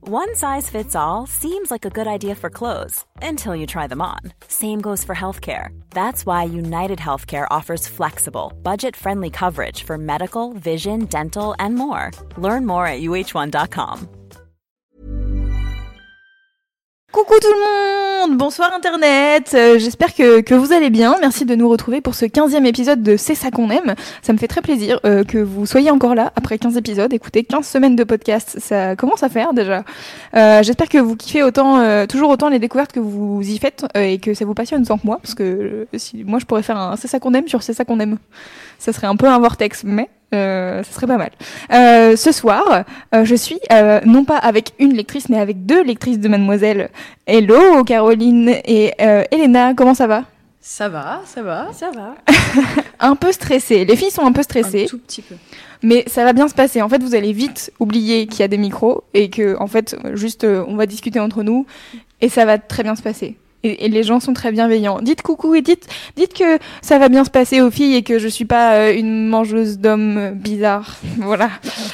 One size fits all seems like a good idea for clothes until you try them on. Same goes for healthcare. That's why United Healthcare offers flexible, budget-friendly coverage for medical, vision, dental, and more. Learn more at uh1.com. Coucou tout le monde, bonsoir internet, j'espère que vous allez bien, merci de nous retrouver pour ce 15e épisode de C'est ça qu'on aime, ça me fait très plaisir que vous soyez encore là après 15 épisodes, écoutez 15 semaines de podcast, ça commence à faire déjà, j'espère que vous kiffez toujours autant les découvertes que vous y faites et que ça vous passionne autant que moi, parce que moi je pourrais faire un C'est ça qu'on aime sur C'est ça qu'on aime, ça serait un peu un vortex, mais ça serait pas mal. Ce soir, je suis non pas avec une lectrice, mais avec deux lectrices de Mademoiselle. Hello Caroline et Elena, comment ça va ? Ça va. Un peu stressée. Les filles sont un peu stressées. Un tout petit peu. Mais ça va bien se passer. En fait, vous allez vite oublier qu'il y a des micros et que, en fait, juste, on va discuter entre nous et ça va très bien se passer. Et les gens sont très bienveillants. Dites coucou et dites que ça va bien se passer aux filles et que je suis pas une mangeuse d'hommes bizarre. Voilà.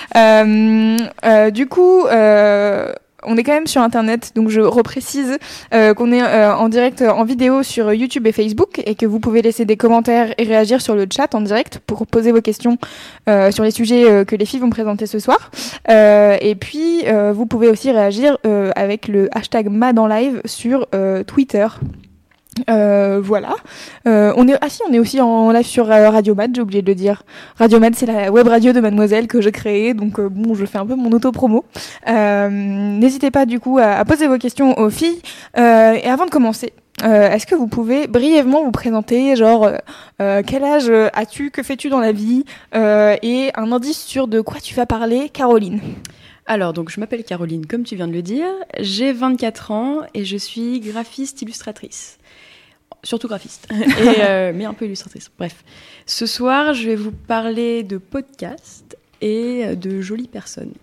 Du coup, on est quand même sur Internet, donc je reprécise qu'on est en direct en vidéo sur YouTube et Facebook et que vous pouvez laisser des commentaires et réagir sur le chat en direct pour poser vos questions sur les sujets que les filles vont présenter ce soir. Et puis, vous pouvez aussi réagir avec le hashtag #MadEnLive sur Twitter. Voilà. On est aussi en live sur Radio Mad, j'ai oublié de le dire. Radio Mad, c'est la web radio de Mademoiselle que j'ai créée, donc bon, je fais un peu mon auto-promo. N'hésitez pas du coup à poser vos questions aux filles. Et avant de commencer, est-ce que vous pouvez brièvement vous présenter, genre quel âge as-tu, que fais-tu dans la vie, et un indice sur de quoi tu vas parler, Caroline. Alors, donc, je m'appelle Caroline, comme tu viens de le dire. J'ai 24 ans et je suis graphiste illustratrice. Surtout graphiste, mais un peu illustratrice. Bref, ce soir, je vais vous parler de podcasts et de jolies personnes.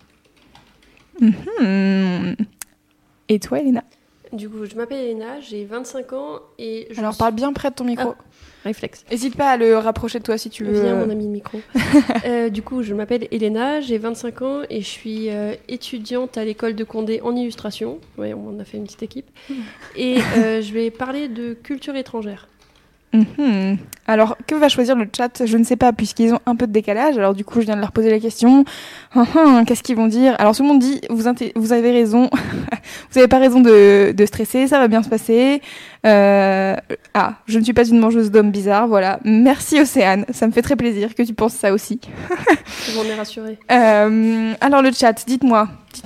Et toi, Elena ? Du coup, je m'appelle Elena, j'ai 25 ans et Alors, parle bien près de ton micro. Réflexe. N'hésite pas à le rapprocher de toi si tu veux. Viens, mon ami le micro. Du coup, je m'appelle Elena, j'ai 25 ans et je suis étudiante à l'école de Condé en illustration. Ouais, on a fait une petite équipe. Et je vais parler de culture étrangère. Alors, que va choisir le chat ? Je ne sais pas, puisqu'ils ont un peu de décalage. Alors, du coup, je viens de leur poser la question. Qu'est-ce qu'ils vont dire ? Alors, tout le monde dit, vous avez raison. Vous n'avez pas raison de stresser, ça va bien se passer. Je ne suis pas une mangeuse d'hommes bizarres, voilà. Merci Océane, ça me fait très plaisir que tu penses ça aussi. J'en ai rassuré. Alors, le chat, dites-moi.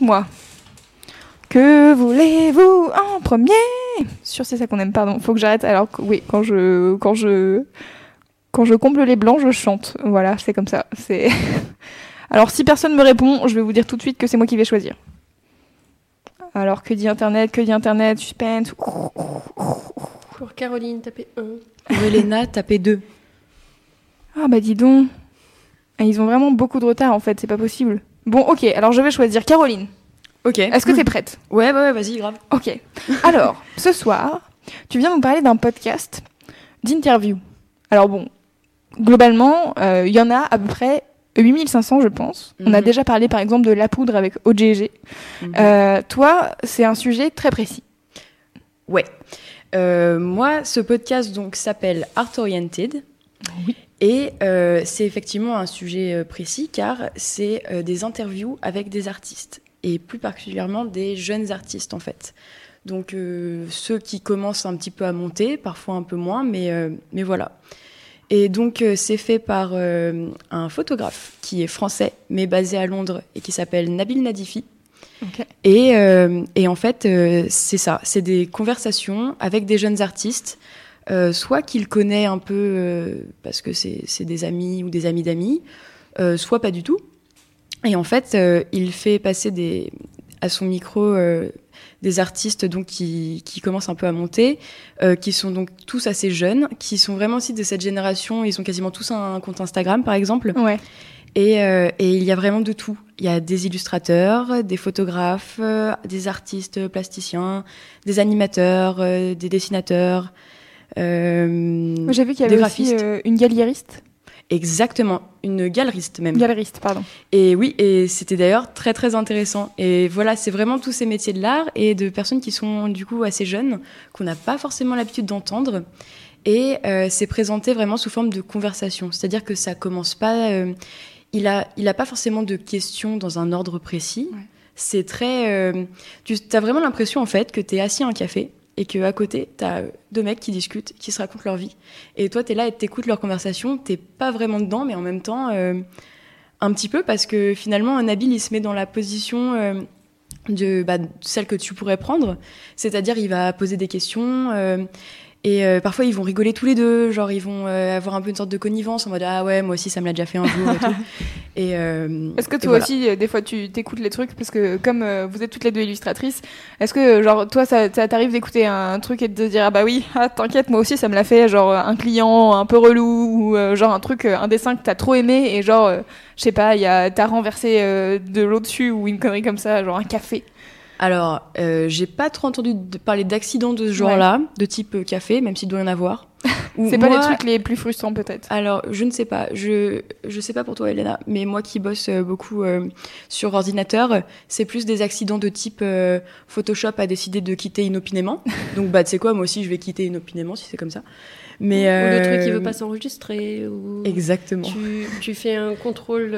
Que voulez-vous en premier ? Sur C'est ça qu'on aime, pardon. Faut que j'arrête. Alors oui, quand je comble les blancs, je chante. Voilà, c'est comme ça. Alors si personne me répond, je vais vous dire tout de suite que c'est moi qui vais choisir. Alors que dit Internet, suspense. Pour Caroline, tapez 1. Pour Elena, tapez 2. Ah bah dis donc. Ils ont vraiment beaucoup de retard en fait, c'est pas possible. Bon, ok, alors je vais choisir Caroline. Ok. Est-ce que t'es prête ? Ouais, vas-y, grave. Ok. Alors, ce soir, tu viens nous parler d'un podcast d'interview. Alors bon, globalement, il y en a à peu près 8500, je pense. On a déjà parlé, par exemple, de La Poudre avec OGG. Toi, c'est un sujet très précis. Ouais. Moi, ce podcast donc s'appelle Art Oriented. Oui. Et c'est effectivement un sujet précis car c'est des interviews avec des artistes. Et plus particulièrement des jeunes artistes, en fait. Donc, ceux qui commencent un petit peu à monter, parfois un peu moins, mais voilà. Et donc, c'est fait par un photographe qui est français, mais basé à Londres, et qui s'appelle Nabil Nadifi. Okay. Et en fait, c'est ça. C'est des conversations avec des jeunes artistes, soit qu'il connaît un peu parce que c'est des amis ou des amis d'amis, soit pas du tout. Et en fait, il fait passer à son micro des artistes donc, qui commencent un peu à monter, qui sont donc tous assez jeunes, qui sont vraiment aussi de cette génération. Ils ont quasiment tous un compte Instagram, par exemple. Ouais. Et il y a vraiment de tout. Il y a des illustrateurs, des photographes, des artistes plasticiens, des animateurs, des dessinateurs, J'ai vu qu'il y des avait aussi graphistes. une galériste. Exactement, une galeriste même. Galeriste, pardon. Et oui, et c'était d'ailleurs très très intéressant. Et voilà, c'est vraiment tous ces métiers de l'art et de personnes qui sont du coup assez jeunes, qu'on n'a pas forcément l'habitude d'entendre. Et c'est présenté vraiment sous forme de conversation. C'est-à-dire que ça commence pas... il a pas forcément de questions dans un ordre précis. Ouais. C'est très... tu as vraiment l'impression en fait que tu es assis à un café et qu'à côté, tu as 2 mecs qui discutent, qui se racontent leur vie. Et toi, tu es là et t'écoutes leur conversation. Tu n'es pas vraiment dedans, mais en même temps, un petit peu, parce que finalement, Nabil, il se met dans la position de celle que tu pourrais prendre. C'est-à-dire, il va poser des questions... Et parfois, ils vont rigoler tous les deux, genre ils vont avoir un peu une sorte de connivence en mode « Ah ouais, moi aussi, ça me l'a déjà fait un jour. » et tout. Est-ce que toi aussi, des fois, tu t'écoutes les trucs? Parce que comme vous êtes toutes les 2 illustratrices, est-ce que genre toi, ça t'arrive d'écouter un truc et de te dire « Ah bah oui, t'inquiète, moi aussi, ça me l'a fait. » Genre un client un peu relou ou genre un truc, un dessin que t'as trop aimé et genre, je sais pas, t'as renversé de l'eau dessus ou une connerie comme ça, genre un café. Alors, j'ai pas trop entendu parler d'accidents de ce genre-là, de type café, même s'il doit y en avoir. C'est pas les trucs les plus frustrants, peut-être? Alors, je ne sais pas. Je sais pas pour toi, Elena, mais moi qui bosse beaucoup sur ordinateur, c'est plus des accidents de type Photoshop a décidé de quitter inopinément. Donc, tu sais quoi, moi aussi, je vais quitter inopinément si c'est comme ça. Mais, ou le truc qui veut pas s'enregistrer. Ou exactement. Tu fais un contrôle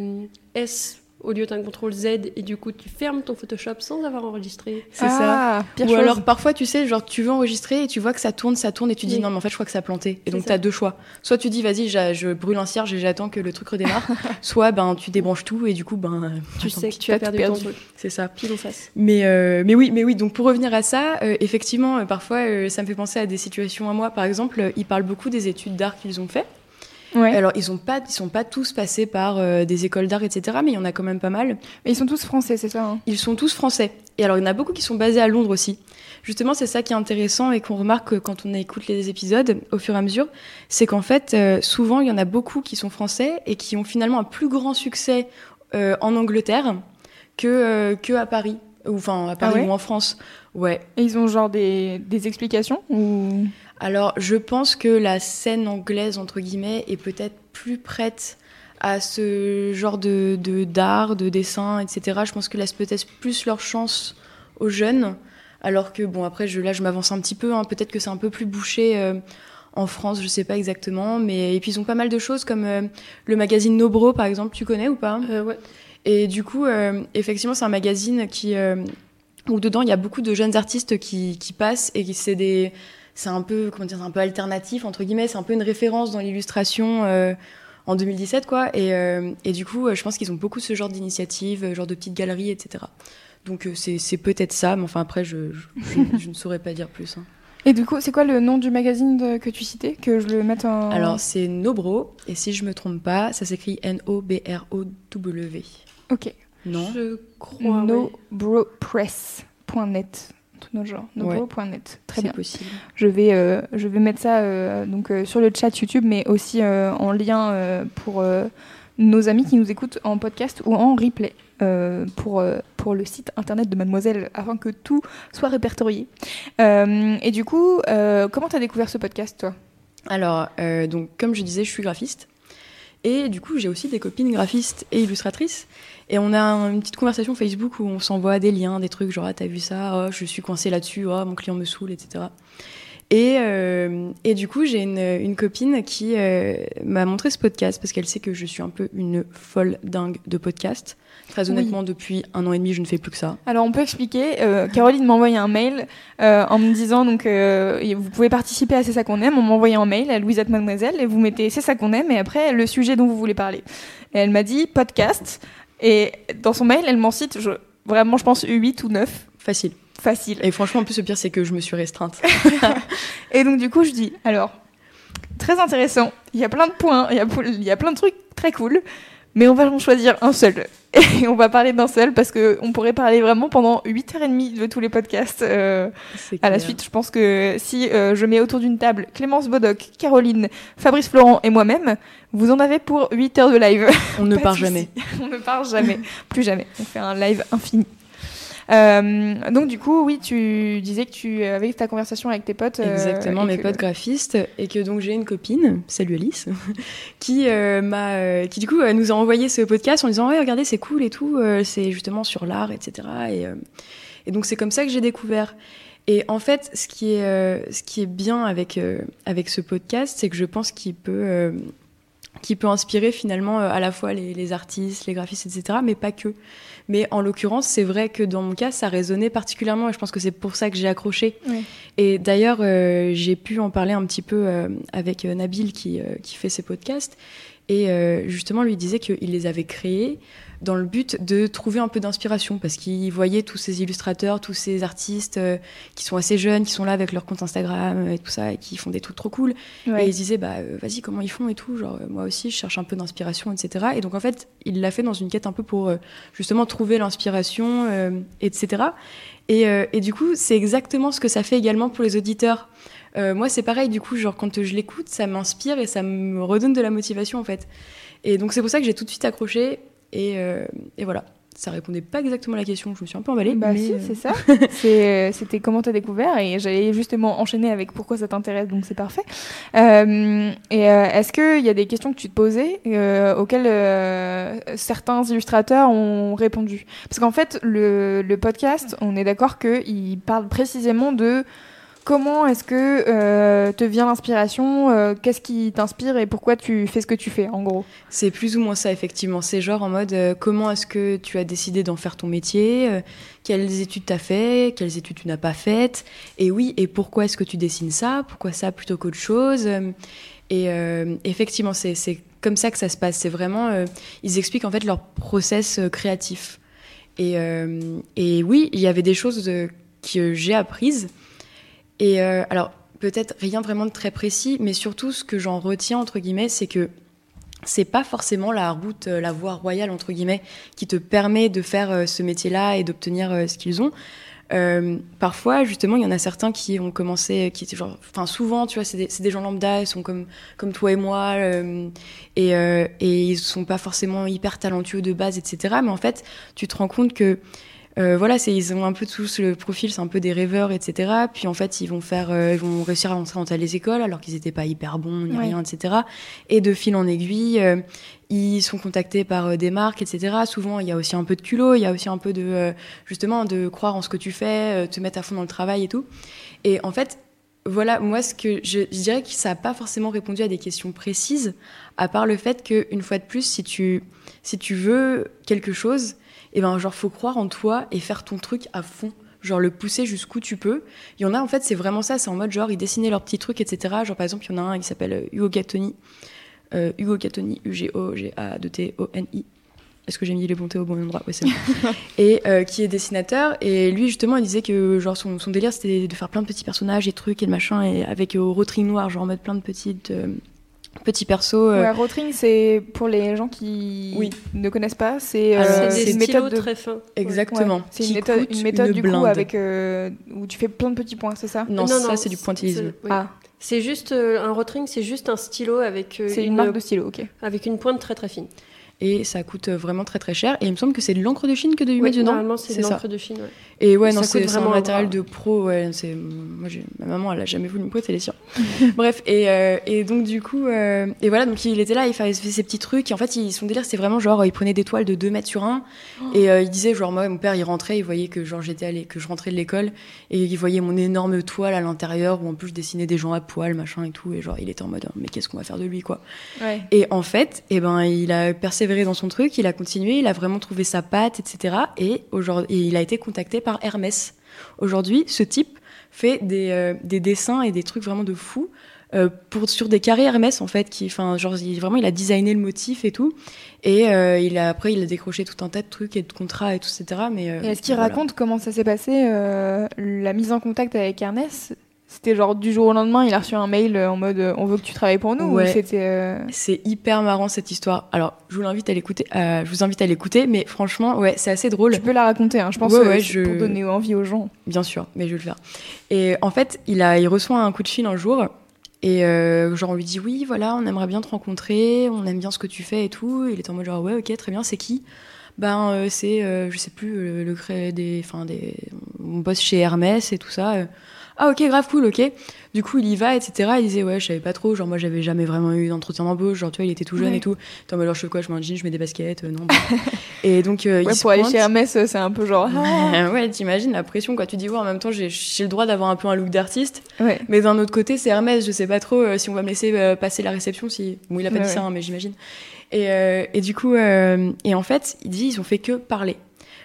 S au lieu d'un contrôle Z et du coup tu fermes ton Photoshop sans avoir enregistré. C'est ça. Ou alors parfois tu sais, genre tu veux enregistrer et tu vois que ça tourne et tu dis non mais en fait je crois que ça a planté. Et donc t'as 2 choix. Soit tu dis vas-y je brûle un cierge et j'attends que le truc redémarre. Soit tu débranches tout et du coup tu sais que tu as perdu ton truc. C'est ça. Pile ou face. Mais oui, donc pour revenir à ça, effectivement parfois ça me fait penser à des situations à moi. Par exemple, ils parlent beaucoup des études d'art qu'ils ont fait. Ouais. Alors, ils sont pas tous passés par des écoles d'art, etc., mais il y en a quand même pas mal. Mais ils sont tous français, c'est ça, hein? Ils sont tous français. Et alors, il y en a beaucoup qui sont basés à Londres aussi. Justement, c'est ça qui est intéressant et qu'on remarque quand on écoute les épisodes au fur et à mesure, c'est qu'en fait, souvent, il y en a beaucoup qui sont français et qui ont finalement un plus grand succès en Angleterre que à Paris. Enfin, à Paris ou en France. Ouais. Et ils ont genre des explications ou... Alors, je pense que la scène anglaise, entre guillemets, est peut-être plus prête à ce genre d'art, de dessin, etc. Je pense que laisse peut-être plus leur chance aux jeunes. Alors que, bon, après, je m'avance un petit peu. Hein, peut-être que c'est un peu plus bouché en France, je sais pas exactement. Et puis, ils ont pas mal de choses comme le magazine Nobro, par exemple. Tu connais ou pas? Ouais. Et du coup, effectivement, c'est un magazine où dedans, il y a beaucoup de jeunes artistes qui passent et c'est un peu, un peu alternatif, entre guillemets. C'est un peu une référence dans l'illustration en 2017, quoi. Et du coup, je pense qu'ils ont beaucoup ce genre d'initiatives, genre de petites galeries, etc. Donc, c'est peut-être ça, mais enfin, après, je ne saurais pas dire plus. Hein. Et du coup, c'est quoi le nom du magazine que tu citais, que je le mette en... Alors, c'est Nobro, et si je me trompe pas, ça s'écrit N-O-B-R-O-W. Ok. Non. Je crois, nobropress.net. Tout notre genre, nobro.net. Très bien. C'est possible. Je vais mettre ça sur le chat YouTube, mais aussi en lien pour nos amis qui nous écoutent en podcast ou en replay pour le site internet de Mademoiselle, afin que tout soit répertorié. Et du coup, comment t'as découvert ce podcast, toi? Alors, donc, comme je disais, je suis graphiste. Et du coup, j'ai aussi des copines graphistes et illustratrices. Et on a une petite conversation Facebook où on s'envoie des liens, des trucs genre « Ah, t'as vu ça? Oh, je suis coincée là-dessus. Oh, mon client me saoule, etc. » Et du coup, j'ai une copine qui m'a montré ce podcast parce qu'elle sait que je suis un peu une folle dingue de podcast. Très honnêtement, depuis 1 an et demi, je ne fais plus que ça. Alors, on peut expliquer. Caroline m'a envoyé un mail en me disant donc vous pouvez participer à C'est ça qu'on aime. On m'a envoyé un mail à Louisette-Mademoiselle et vous mettez C'est ça qu'on aime et après le sujet dont vous voulez parler. Et elle m'a dit podcast. Et dans son mail, elle m'en cite vraiment, je pense, 8 ou 9. Facile. Et franchement, en plus, le pire, c'est que je me suis restreinte. Et donc, du coup, je dis, alors, très intéressant, il y a plein de points, il y a plein de trucs très cool, mais on va en choisir un seul. Et on va parler d'un seul, parce qu'on pourrait parler vraiment pendant 8h30 de tous les podcasts. À la suite, je pense que si je mets autour d'une table Clémence Bodoc, Caroline, Fabrice Florent et moi-même, vous en avez pour 8 heures de live. On ne part jamais. On ne part jamais. Plus jamais. On fait un live infini. Donc du coup, oui, tu disais que tu avais ta conversation avec tes potes. Exactement, mes potes graphistes, et que donc j'ai une copine, salut Alice, qui du coup nous a envoyé ce podcast en disant ouais regardez c'est cool et tout, c'est justement sur l'art, etc. Et donc c'est comme ça que j'ai découvert. Et en fait, ce qui est bien avec ce podcast, c'est que je pense qu'il peut inspirer finalement à la fois les artistes, les graphistes, etc., mais pas que. Mais en l'occurrence, c'est vrai que dans mon cas, ça résonnait particulièrement et je pense que c'est pour ça que j'ai accroché. Oui. Et d'ailleurs, j'ai pu en parler un petit peu avec Nabil qui fait ces podcasts. Et justement, lui disait qu'il les avait créés dans le but de trouver un peu d'inspiration parce qu'il voyait tous ces illustrateurs, tous ces artistes qui sont assez jeunes, qui sont là avec leur compte Instagram et tout ça, et qui font des trucs trop cool. Ouais. Et il se disait, vas-y, comment ils font et tout, genre moi aussi, je cherche un peu d'inspiration, etc. Et donc en fait, il l'a fait dans une quête un peu pour justement trouver l'inspiration, etc. Et du coup, c'est exactement ce que ça fait également pour les auditeurs. Moi, c'est pareil, du coup, genre quand je l'écoute, ça m'inspire et ça me redonne de la motivation en fait. Et donc c'est pour ça que j'ai tout de suite accroché. Et voilà, ça répondait pas exactement à la question, je me suis un peu emballée. Bah mais si, c'est ça. C'était comment t'as découvert et j'allais justement enchaîner avec pourquoi ça t'intéresse, donc c'est parfait. Est-ce qu'il y a des questions que tu te posais auxquelles certains illustrateurs ont répondu? Parce qu'en fait, le podcast, on est d'accord qu'il parle précisément de comment est-ce que te vient l'inspiration, qu'est-ce qui t'inspire et pourquoi tu fais ce que tu fais, en gros? C'est plus ou moins ça, effectivement. C'est genre en mode comment est-ce que tu as décidé d'en faire ton métier, quelles études t'as fait, quelles études tu n'as pas faites, et oui, et pourquoi est-ce que tu dessines ça, pourquoi ça plutôt qu'autre chose. Et effectivement, c'est comme ça que ça se passe. C'est vraiment, ils expliquent en fait leur process créatif. Et oui, il y avait des choses que j'ai apprises. Et alors, peut-être rien vraiment de très précis, mais surtout ce que j'en retiens, entre guillemets, c'est que c'est pas forcément la voie royale, entre guillemets, qui te permet de faire ce métier-là et d'obtenir ce qu'ils ont. Parfois, justement, il y en a certains qui ont commencé, qui étaient genre, enfin, souvent, tu vois, c'est des gens lambda, ils sont comme toi et moi, et ils sont pas forcément hyper talentueux de base, etc. Mais en fait, tu te rends compte que voilà, ils ont un peu tous le profil, c'est un peu des rêveurs, etc. Puis en fait, ils vont réussir à rentrer dans les écoles alors qu'ils n'étaient pas hyper bons ni rien, etc. Et de fil en aiguille, ils sont contactés par des marques, etc. Souvent, il y a aussi un peu de culot, il y a aussi un peu de justement de croire en ce que tu fais, te mettre à fond dans le travail et tout. Et en fait, voilà, moi, ce que je dirais que ça n'a pas forcément répondu à des questions précises, à part le fait qu'une fois de plus, si tu veux quelque chose, et ben genre faut croire en toi et faire ton truc à fond, genre le pousser jusqu'où tu peux. Il y en a en fait c'est vraiment ça, c'est en mode genre ils dessinaient leurs petits trucs, etc. Genre par exemple il y en a un qui s'appelle Hugo Gattoni, Ugogatoni. Est-ce que j'ai mis les bons T au bon endroit? Ouais, c'est bon. Et qui est dessinateur, et lui justement il disait que genre son délire c'était de faire plein de petits personnages et trucs et de machin, et avec au rotring noir, genre en mode plein de petits persos. Ouais, rotring, c'est pour les gens qui ne connaissent pas, c'est une méthode très fin. Exactement. Ouais. C'est une méthode du coup avec où tu fais plein de petits points, c'est ça? Non, ça c'est du pointillisme. Oui. Ah. C'est juste un rotring, c'est juste un stylo avec c'est une marque de stylo, ok. Avec une pointe très très fine. Et ça coûte vraiment très très cher. Et il me semble que c'est de l'encre de Chine que de mettre dedans. Normalement, c'est de l'encre de Chine. Ouais. Et ouais, non, c'est un matériel de pro. Ouais, moi, ma maman, elle a jamais voulu me prêter les siens. Bref, et donc du coup, et voilà, donc il était là, il faisait ses petits trucs. Et en fait, son délire, c'était vraiment genre, il prenait des toiles de 2 mètres sur 1. Et il disait, genre, moi, mon père, il rentrait, il voyait que genre que je rentrais de l'école, et il voyait mon énorme toile à l'intérieur où en plus je dessinais des gens à poil, machin et tout. Et genre, il était en mode, mais qu'est-ce qu'on va faire de lui, quoi. Ouais. Et en fait, il a persévéré dans son truc, il a continué, il a vraiment trouvé sa patte, etc. Et il a été contacté par Hermès. Aujourd'hui, ce type fait des dessins et des trucs vraiment de fou sur des carrés Hermès, en fait, il a designé le motif et tout. Et après, il a décroché tout un tas de trucs et de contrats et tout, etc. Mais, et est-ce qu'il raconte comment ça s'est passé, la mise en contact avec Hermès? C'était genre du jour au lendemain, il a reçu un mail en mode on veut que tu travailles pour nous, ouais. Ou c'était C'est hyper marrant cette histoire. Alors, je vous invite à l'écouter, mais franchement, ouais, c'est assez drôle. Tu peux la raconter, hein, je pense, pour donner envie aux gens. Bien sûr, mais je vais le faire. Et en fait, il reçoit un coup de fil un jour, et genre on lui dit oui, voilà, on aimerait bien te rencontrer, on aime bien ce que tu fais et tout. Et il est en mode genre ouais, ok, très bien, c'est qui? c'est, je sais plus, on bosse chez Hermès et tout ça. Ah ok, grave cool, ok. Du coup, il y va, etc. Il disait, ouais, je savais pas trop, genre moi, j'avais jamais vraiment eu d'entretien d'embauche, genre tu vois, il était tout jeune et tout. Attends, mais alors je fais quoi? Je mets un jean, je mets des baskets, non. Bah. Et donc, il se pour aller pointe. chez Hermès, c'est un peu genre... Ouais, t'imagines la pression, quoi. Tu dis, ouais, en même temps, j'ai le droit d'avoir un peu un look d'artiste. Ouais. Mais d'un autre côté, c'est Hermès, je sais pas trop si on va me laisser passer la réception, si... Bon, il a pas dit ça, hein, mais j'imagine. Et du coup, et en fait, il dit, ils ont fait que parler.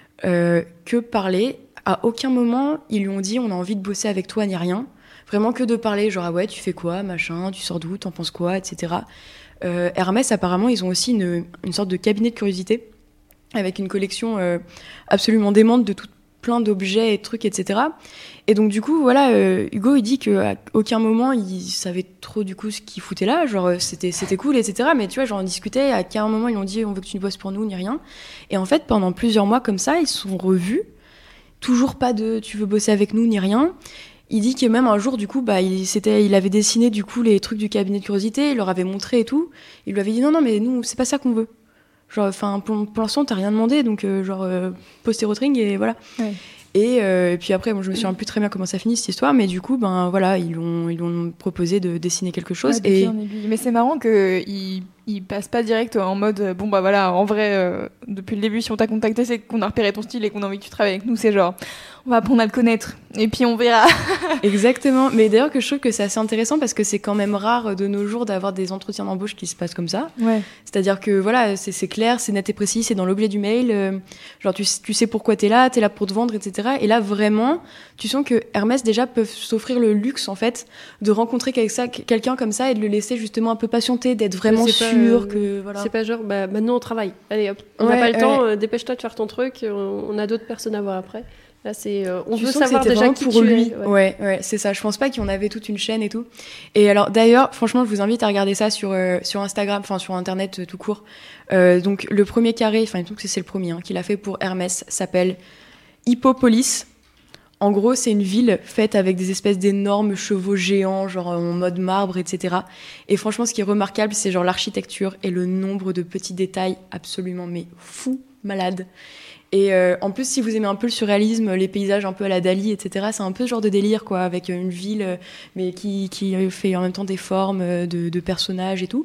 Que parler. À aucun moment, ils lui ont dit, on a envie de bosser avec toi, ni rien. Vraiment que de parler, genre, ah ouais, tu fais quoi, machin, tu sors d'où, t'en penses quoi, etc. Hermès, apparemment, ils ont aussi une sorte de cabinet de curiosité avec une collection absolument démente de plein d'objets et de trucs, etc. Et donc, du coup, voilà, Hugo, il dit qu'à aucun moment, il savait trop, du coup, ce qu'il foutait là. Genre, c'était cool, etc. Mais tu vois, genre, on discutait, à quel moment, ils ont dit, on veut que tu bosses pour nous, ni rien. Et en fait, pendant plusieurs mois comme ça, ils se sont revus. Toujours pas de tu veux bosser avec nous ni rien. Il dit que même un jour, du coup, il avait dessiné du coup les trucs du cabinet de curiosité, il leur avait montré et tout. Il lui avait dit non, mais nous, c'est pas ça qu'on veut. Genre, enfin, pour l'instant, t'as rien demandé, donc pose tes rotring et voilà. Ouais. Et puis après, bon, je me souviens plus très bien comment ça finit cette histoire, mais du coup, voilà, ils ont proposé de dessiner quelque chose. Ouais, mais c'est marrant qu'il passe pas direct en mode bon bah voilà, en vrai, depuis le début, si on t'a contacté, c'est qu'on a repéré ton style et qu'on a envie que tu travailles avec nous, c'est genre on va apprendre à le connaître et puis on verra. Exactement. Mais d'ailleurs, que je trouve que c'est assez intéressant parce que c'est quand même rare de nos jours d'avoir des entretiens d'embauche qui se passent comme ça. Ouais. C'est-à-dire que voilà, c'est clair, c'est net et précis, c'est dans l'objet du mail. Genre tu sais pourquoi t'es là pour te vendre, etc. Et là vraiment, tu sens que Hermès déjà peuvent s'offrir le luxe en fait de rencontrer quelqu'un comme ça et de le laisser justement un peu patienter, d'être vraiment sûr que voilà. C'est pas genre maintenant on travaille. Allez hop, on n'a pas le temps, dépêche-toi de faire ton truc, on a d'autres personnes à voir après. Là, c'est on veut savoir déjà qui pour tu lui. es. Ouais, c'est ça. Je pense pas qu'on avait toute une chaîne et tout. Et alors, d'ailleurs, franchement, je vous invite à regarder ça sur Instagram, enfin sur Internet tout court. Donc, le premier carré, enfin, il me semble que c'est le premier qu'il a fait pour Hermès, s'appelle Hippopolis. En gros, c'est une ville faite avec des espèces d'énormes chevaux géants, genre en mode marbre, etc. Et franchement, ce qui est remarquable, c'est genre l'architecture et le nombre de petits détails absolument mais fou, malade. Et en plus, si vous aimez un peu le surréalisme, les paysages un peu à la Dali, etc., c'est un peu ce genre de délire, quoi, avec une ville, mais qui fait en même temps des formes de personnages et tout.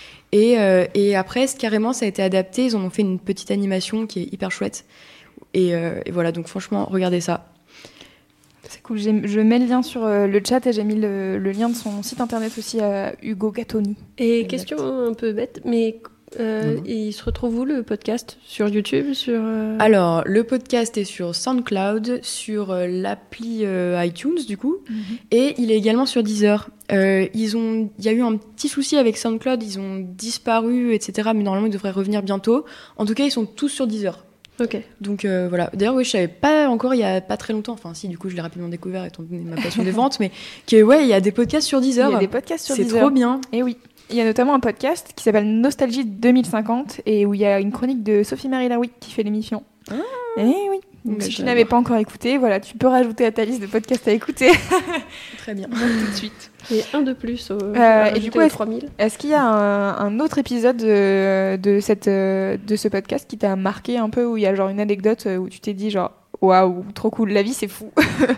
Et après, carrément, ça a été adapté. Ils en ont fait une petite animation qui est hyper chouette. Et voilà, donc franchement, regardez ça. C'est cool. Je mets le lien sur le chat et j'ai mis le lien de son site internet aussi à Hugo Gattoni. Et question un peu bête, mais... il se retrouve où le podcast? Sur YouTube, Alors, le podcast est sur SoundCloud, sur l'appli iTunes du coup, et il est également sur Deezer. Il y a eu un petit souci avec SoundCloud, ils ont disparu, etc. Mais normalement, ils devraient revenir bientôt. En tout cas, ils sont tous sur Deezer. Ok. Donc voilà. D'ailleurs, oui, je savais pas encore il y a pas très longtemps. Enfin, si, du coup, je l'ai rapidement découvert étant donné ma passion des ventes, mais il y a des podcasts sur Deezer. Il y a des podcasts sur Deezer. C'est trop bien. Et oui. Il y a notamment un podcast qui s'appelle Nostalgie 2050 et où il y a une chronique de Sophie-Marie Laroui qui fait l'émission. Ah. Et oui. Donc, si tu n'avais pas encore écouté, voilà, tu peux rajouter à ta liste de podcasts à écouter. Très bien. Tout de suite. Et un de plus et du coup, est-ce qu'il y a un autre épisode de ce podcast qui t'a marqué un peu, où il y a genre une anecdote où tu t'es dit genre waouh, trop cool, la vie c'est fou?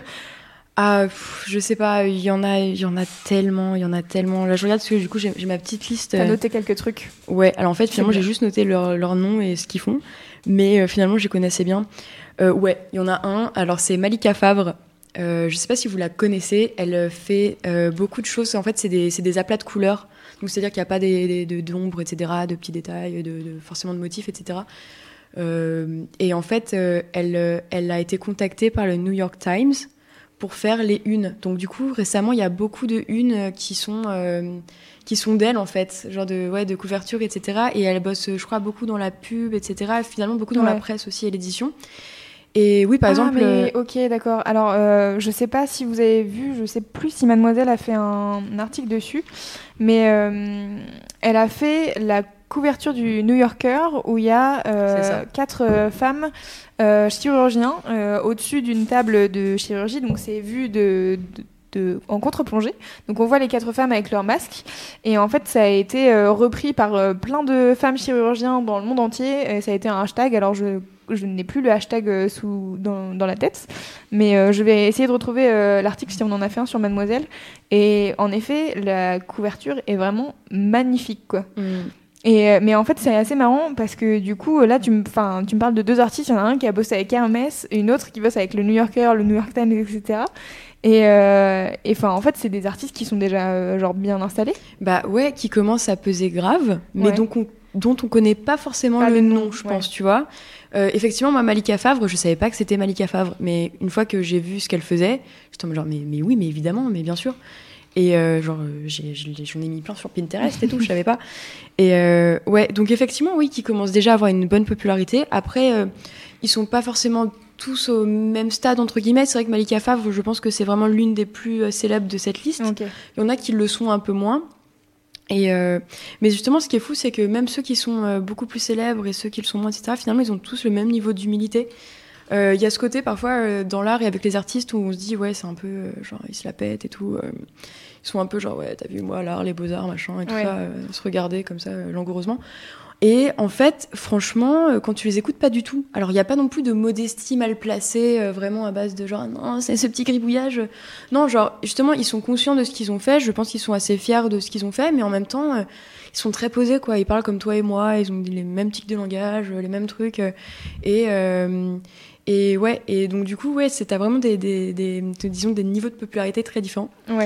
Je sais pas, il y en a tellement. Là, je regarde parce que du coup, j'ai ma petite liste. T'as noté quelques trucs? Ouais, alors en fait, finalement, j'ai juste noté leur nom et ce qu'ils font. Mais finalement, je les connaissais bien. Ouais, il y en a un. Alors, c'est Malika Favre. Je sais pas si vous la connaissez. Elle fait beaucoup de choses. En fait, c'est des aplats de couleurs. Donc, c'est-à-dire qu'il n'y a pas d'ombre, etc., de petits détails, forcément de motifs, etc. Et en fait, elle a été contactée par le New York Times pour faire les unes. Donc du coup, récemment, il y a beaucoup de unes qui sont d'elle, en fait, genre de couverture, etc. Et elle bosse, je crois, beaucoup dans la pub, etc. Et finalement, beaucoup dans la presse aussi et l'édition. Et oui, par exemple... Mais ok, d'accord. Alors, je sais pas si vous avez vu, je sais plus si Mademoiselle a fait un article dessus, mais elle a fait la couverture du New Yorker où il y a 4 femmes chirurgiens au-dessus d'une table de chirurgie. Donc c'est vu en contre-plongée. Donc on voit les 4 femmes avec leurs masques. Et en fait, ça a été repris par plein de femmes chirurgiens dans le monde entier. Et ça a été un hashtag. Alors je n'ai plus le hashtag dans la tête, mais je vais essayer de retrouver l'article si on en a fait un sur Mademoiselle. Et en effet, la couverture est vraiment magnifique, quoi. Mais en fait, c'est assez marrant parce que du coup, là, tu me parles de 2 artistes. Il y en a un qui a bossé avec Hermès, une autre qui bosse avec le New Yorker, le New York Times, etc. Et en fait, c'est des artistes qui sont déjà genre bien installés. Bah ouais, qui commencent à peser grave, mais dont on connaît pas forcément le nom, je pense, tu vois. Effectivement, moi, Malika Favre, je savais pas que c'était Malika Favre, mais une fois que j'ai vu ce qu'elle faisait, j'étais en mode genre, mais oui, mais évidemment, mais bien sûr. Et j'en ai mis plein sur Pinterest et tout, je savais pas. Et donc effectivement, oui, qui commencent déjà à avoir une bonne popularité. Après, ils sont pas forcément tous au même stade, entre guillemets. C'est vrai que Malika Favre, je pense que c'est vraiment l'une des plus célèbres de cette liste. Okay. Il y en a qui le sont un peu moins. Mais justement, ce qui est fou, c'est que même ceux qui sont beaucoup plus célèbres et ceux qui le sont moins, etc., finalement, ils ont tous le même niveau d'humilité. Il y a ce côté, parfois, dans l'art et avec les artistes, où on se dit, ouais, c'est un peu, genre, ils se la pètent et tout. Ils sont un peu genre, ouais, t'as vu, moi, l'art, les beaux-arts, machin, et tout ça, se regarder comme ça, langoureusement. Et en fait, franchement, quand tu les écoutes, pas du tout. Alors, il n'y a pas non plus de modestie mal placée, vraiment à base de genre, non, c'est ce petit gribouillage. Non, genre, justement, ils sont conscients de ce qu'ils ont fait. Je pense qu'ils sont assez fiers de ce qu'ils ont fait, mais en même temps, ils sont très posés, quoi. Ils parlent comme toi et moi, ils ont les mêmes tics de langage, les mêmes trucs. Et donc, du coup, t'as vraiment disons, des niveaux de popularité très différents. Ouais.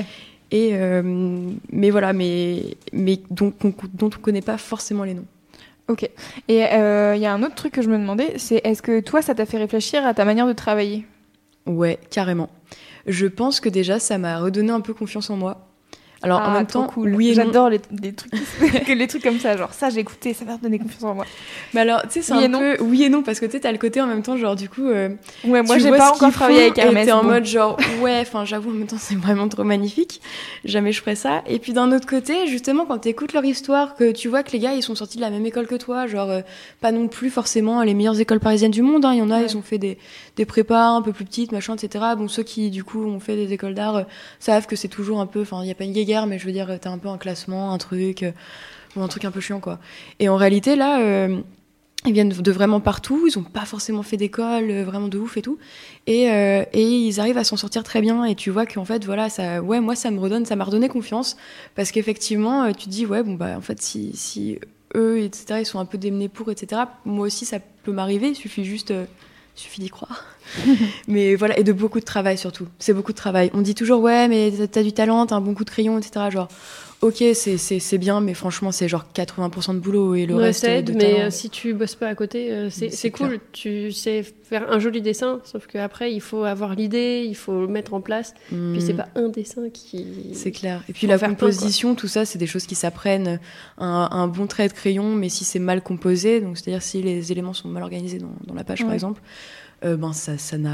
Mais voilà, mais dont on connaît pas forcément les noms. Ok. Et il y a un autre truc que je me demandais, c'est est-ce que toi, ça t'a fait réfléchir à ta manière de travailler ? Ouais, carrément. Je pense que déjà, ça m'a redonné un peu confiance en moi. Alors en même temps, cool. oui et non. J'adore les trucs, les trucs comme ça, genre ça j'ai écouté, ça m'a donné confiance en moi. Mais alors, tu sais, c'est un peu oui et non, parce que tu sais, t'as le côté en même temps, genre du coup. Ouais, moi j'ai pas encore travaillé avec Hermès. Et t'es en mode genre, ouais, enfin j'avoue, en même temps, c'est vraiment trop magnifique. Jamais je ferais ça. Et puis d'un autre côté, justement, quand t'écoutes leur histoire, que tu vois que les gars, ils sont sortis de la même école que toi, genre pas non plus forcément les meilleures écoles parisiennes du monde. Il y en a, ils ont fait des prépas un peu plus petites, machin, etc. Bon, ceux qui du coup ont fait des écoles d'art savent que c'est toujours un peu, enfin, il y a pas une guéguerre, mais je veux dire, t'as un peu un classement, un truc un peu chiant, quoi. Et en réalité, là, ils viennent de vraiment partout, ils ont pas forcément fait d'école, vraiment de ouf et tout, et ils arrivent à s'en sortir très bien, et tu vois qu'en fait, voilà, moi, ça m'a redonné confiance, parce qu'effectivement, tu te dis, ouais, bon, bah, en fait, si eux, etc., ils sont un peu démenés pour, etc., moi aussi, ça peut m'arriver, il suffit d'y croire. Mais voilà, et de beaucoup de travail surtout. C'est beaucoup de travail. On dit toujours, ouais, mais t'as du talent, t'as un bon coup de crayon, etc. Genre, ok, c'est bien, mais franchement, c'est genre 80% de boulot et le reste de talent. Mais si tu bosses pas à côté, c'est cool. Tu sais faire un joli dessin, sauf qu'après, il faut avoir l'idée, il faut le mettre en place. Puis c'est pas un dessin qui... C'est clair. Et puis la composition, tout ça, c'est des choses qui s'apprennent. Un bon trait de crayon, mais si c'est mal composé, donc c'est-à-dire si les éléments sont mal organisés dans la page, par exemple, ça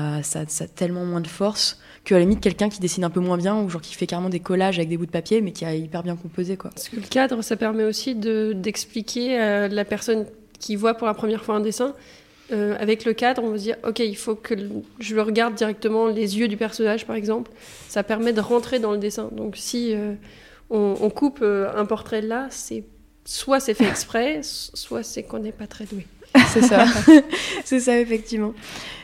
a tellement moins de force qu'à la limite quelqu'un qui dessine un peu moins bien ou genre qui fait carrément des collages avec des bouts de papier mais qui a hyper bien composé, quoi. Parce que le cadre, ça permet aussi d'expliquer à la personne qui voit pour la première fois un dessin. Avec le cadre, on va se dire ok, il faut que je le regarde directement les yeux du personnage, par exemple. Ça permet de rentrer dans le dessin. Donc si on coupe un portrait là, soit c'est fait exprès, soit c'est qu'on n'est pas très doué. C'est ça. C'est ça, effectivement.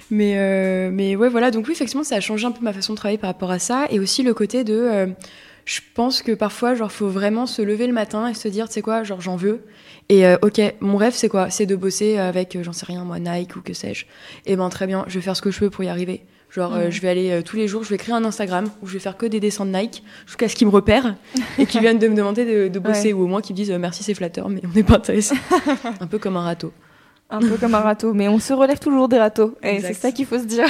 Mais ouais, voilà. Donc oui, effectivement, ça a changé un peu ma façon de travailler par rapport à ça. Et aussi le côté de... je pense que parfois, genre, faut vraiment se lever le matin et se dire, tu sais quoi, genre, j'en veux. Et ok, mon rêve, c'est quoi ? C'est de bosser avec, j'en sais rien, moi, Nike ou que sais-je. Et ben très bien, je vais faire ce que je peux pour y arriver. Genre, je vais aller tous les jours, je vais créer un Instagram où je vais faire que des dessins de Nike jusqu'à ce qu'ils me repèrent et qu'ils viennent de me demander de bosser, ou au moins qu'ils me disent merci, c'est flatteur, mais on n'est pas intéressé. Un peu comme un râteau. Un peu comme un râteau, mais on se relève toujours des râteaux. Et c'est ça qu'il faut se dire.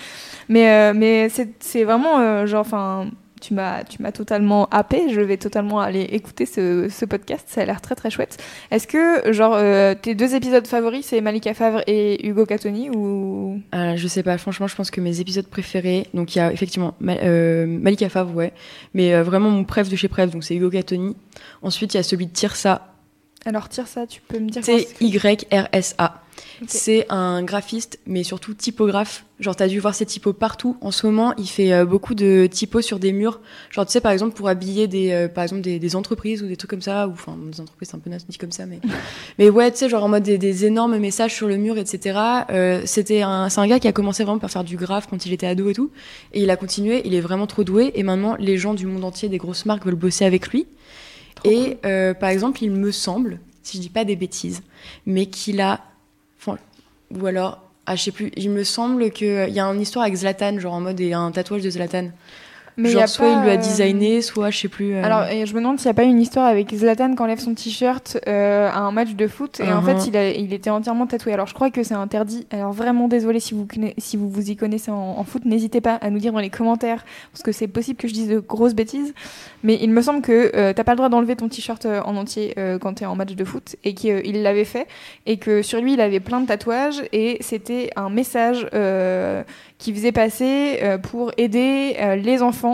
Mais c'est vraiment genre, enfin, tu m'as totalement happée. Je vais totalement aller écouter ce podcast. Ça a l'air très très chouette. Est-ce que genre tes 2 épisodes favoris, c'est Malika Favre et Hugo Catoni ou je sais pas. Franchement, je pense que mes épisodes préférés, donc il y a effectivement Malika Favre, ouais, mais vraiment mon préf de chez préf, donc c'est Hugo Catoni. Ensuite, il y a celui de Tirsa. Alors tire ça, tu peux me dire Tyrsa. Ok. C'est un graphiste, mais surtout typographe. Genre, t'as dû voir ses typos partout. En ce moment, il fait beaucoup de typos sur des murs. Genre, tu sais, par exemple, pour habiller par exemple, des entreprises ou des trucs comme ça. Ou, enfin, des entreprises, c'est un peu naze dit comme ça, mais... mais ouais, tu sais, genre en mode des énormes messages sur le mur, etc. C'est un gars qui a commencé vraiment par faire du graphe quand il était ado et tout. Et il a continué, il est vraiment trop doué. Et maintenant, les gens du monde entier, des grosses marques, veulent bosser avec lui. Et par exemple, il me semble, si je dis pas des bêtises, mais qu'il a... Ou alors, je sais plus, il me semble qu'il y a une histoire avec Zlatan, genre en mode il y a un tatouage de Zlatan. Mais genre, y a soit pas, il lui a designé, soit je sais plus. Alors, et je me demande s'il n'y a pas une histoire avec Zlatan qui enlève son t-shirt à un match de foot et en fait il était entièrement tatoué. Alors je crois que c'est interdit. Alors vraiment désolé si vous y connaissez en foot, n'hésitez pas à nous dire dans les commentaires parce que c'est possible que je dise de grosses bêtises. Mais il me semble que t'as pas le droit d'enlever ton t-shirt en entier quand t'es en match de foot et qu'il l'avait fait et que sur lui il avait plein de tatouages et c'était un message qui faisait passer pour aider les enfants.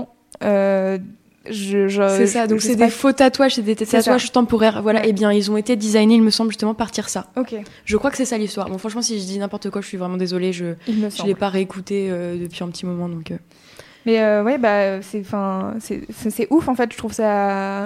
C'est ça, donc c'est des faux tatouages, c'est des tatouages temporaires. Voilà, et bien ils ont été designés, il me semble, justement par Tyrsa. Ok. Je crois que c'est ça l'histoire. Bon, franchement, si je dis n'importe quoi, je suis vraiment désolée. Je l'ai pas réécouté depuis un petit moment, donc. Mais ouais, bah c'est ouf en fait. Je trouve ça.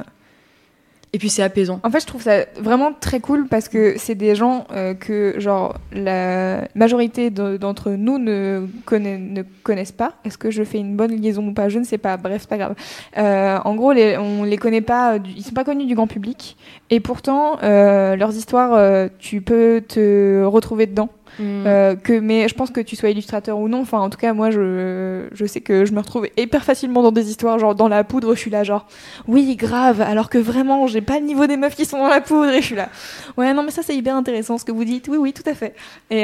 Et puis c'est apaisant. En fait, je trouve ça vraiment très cool parce que c'est des gens que, genre, la majorité d'entre nous ne connaissent pas. Est-ce que je fais une bonne liaison ou pas? Je ne sais pas. Bref, c'est pas grave. En gros, on les connaît pas. Ils sont pas connus du grand public. Et pourtant, leurs histoires, tu peux te retrouver dedans. Mais je pense que tu sois illustrateur ou non, enfin en tout cas moi je sais que je me retrouve hyper facilement dans des histoires, genre dans la poudre je suis là genre oui grave, alors que vraiment j'ai pas le niveau des meufs qui sont dans la poudre et je suis là ouais non mais ça c'est hyper intéressant ce que vous dites, oui tout à fait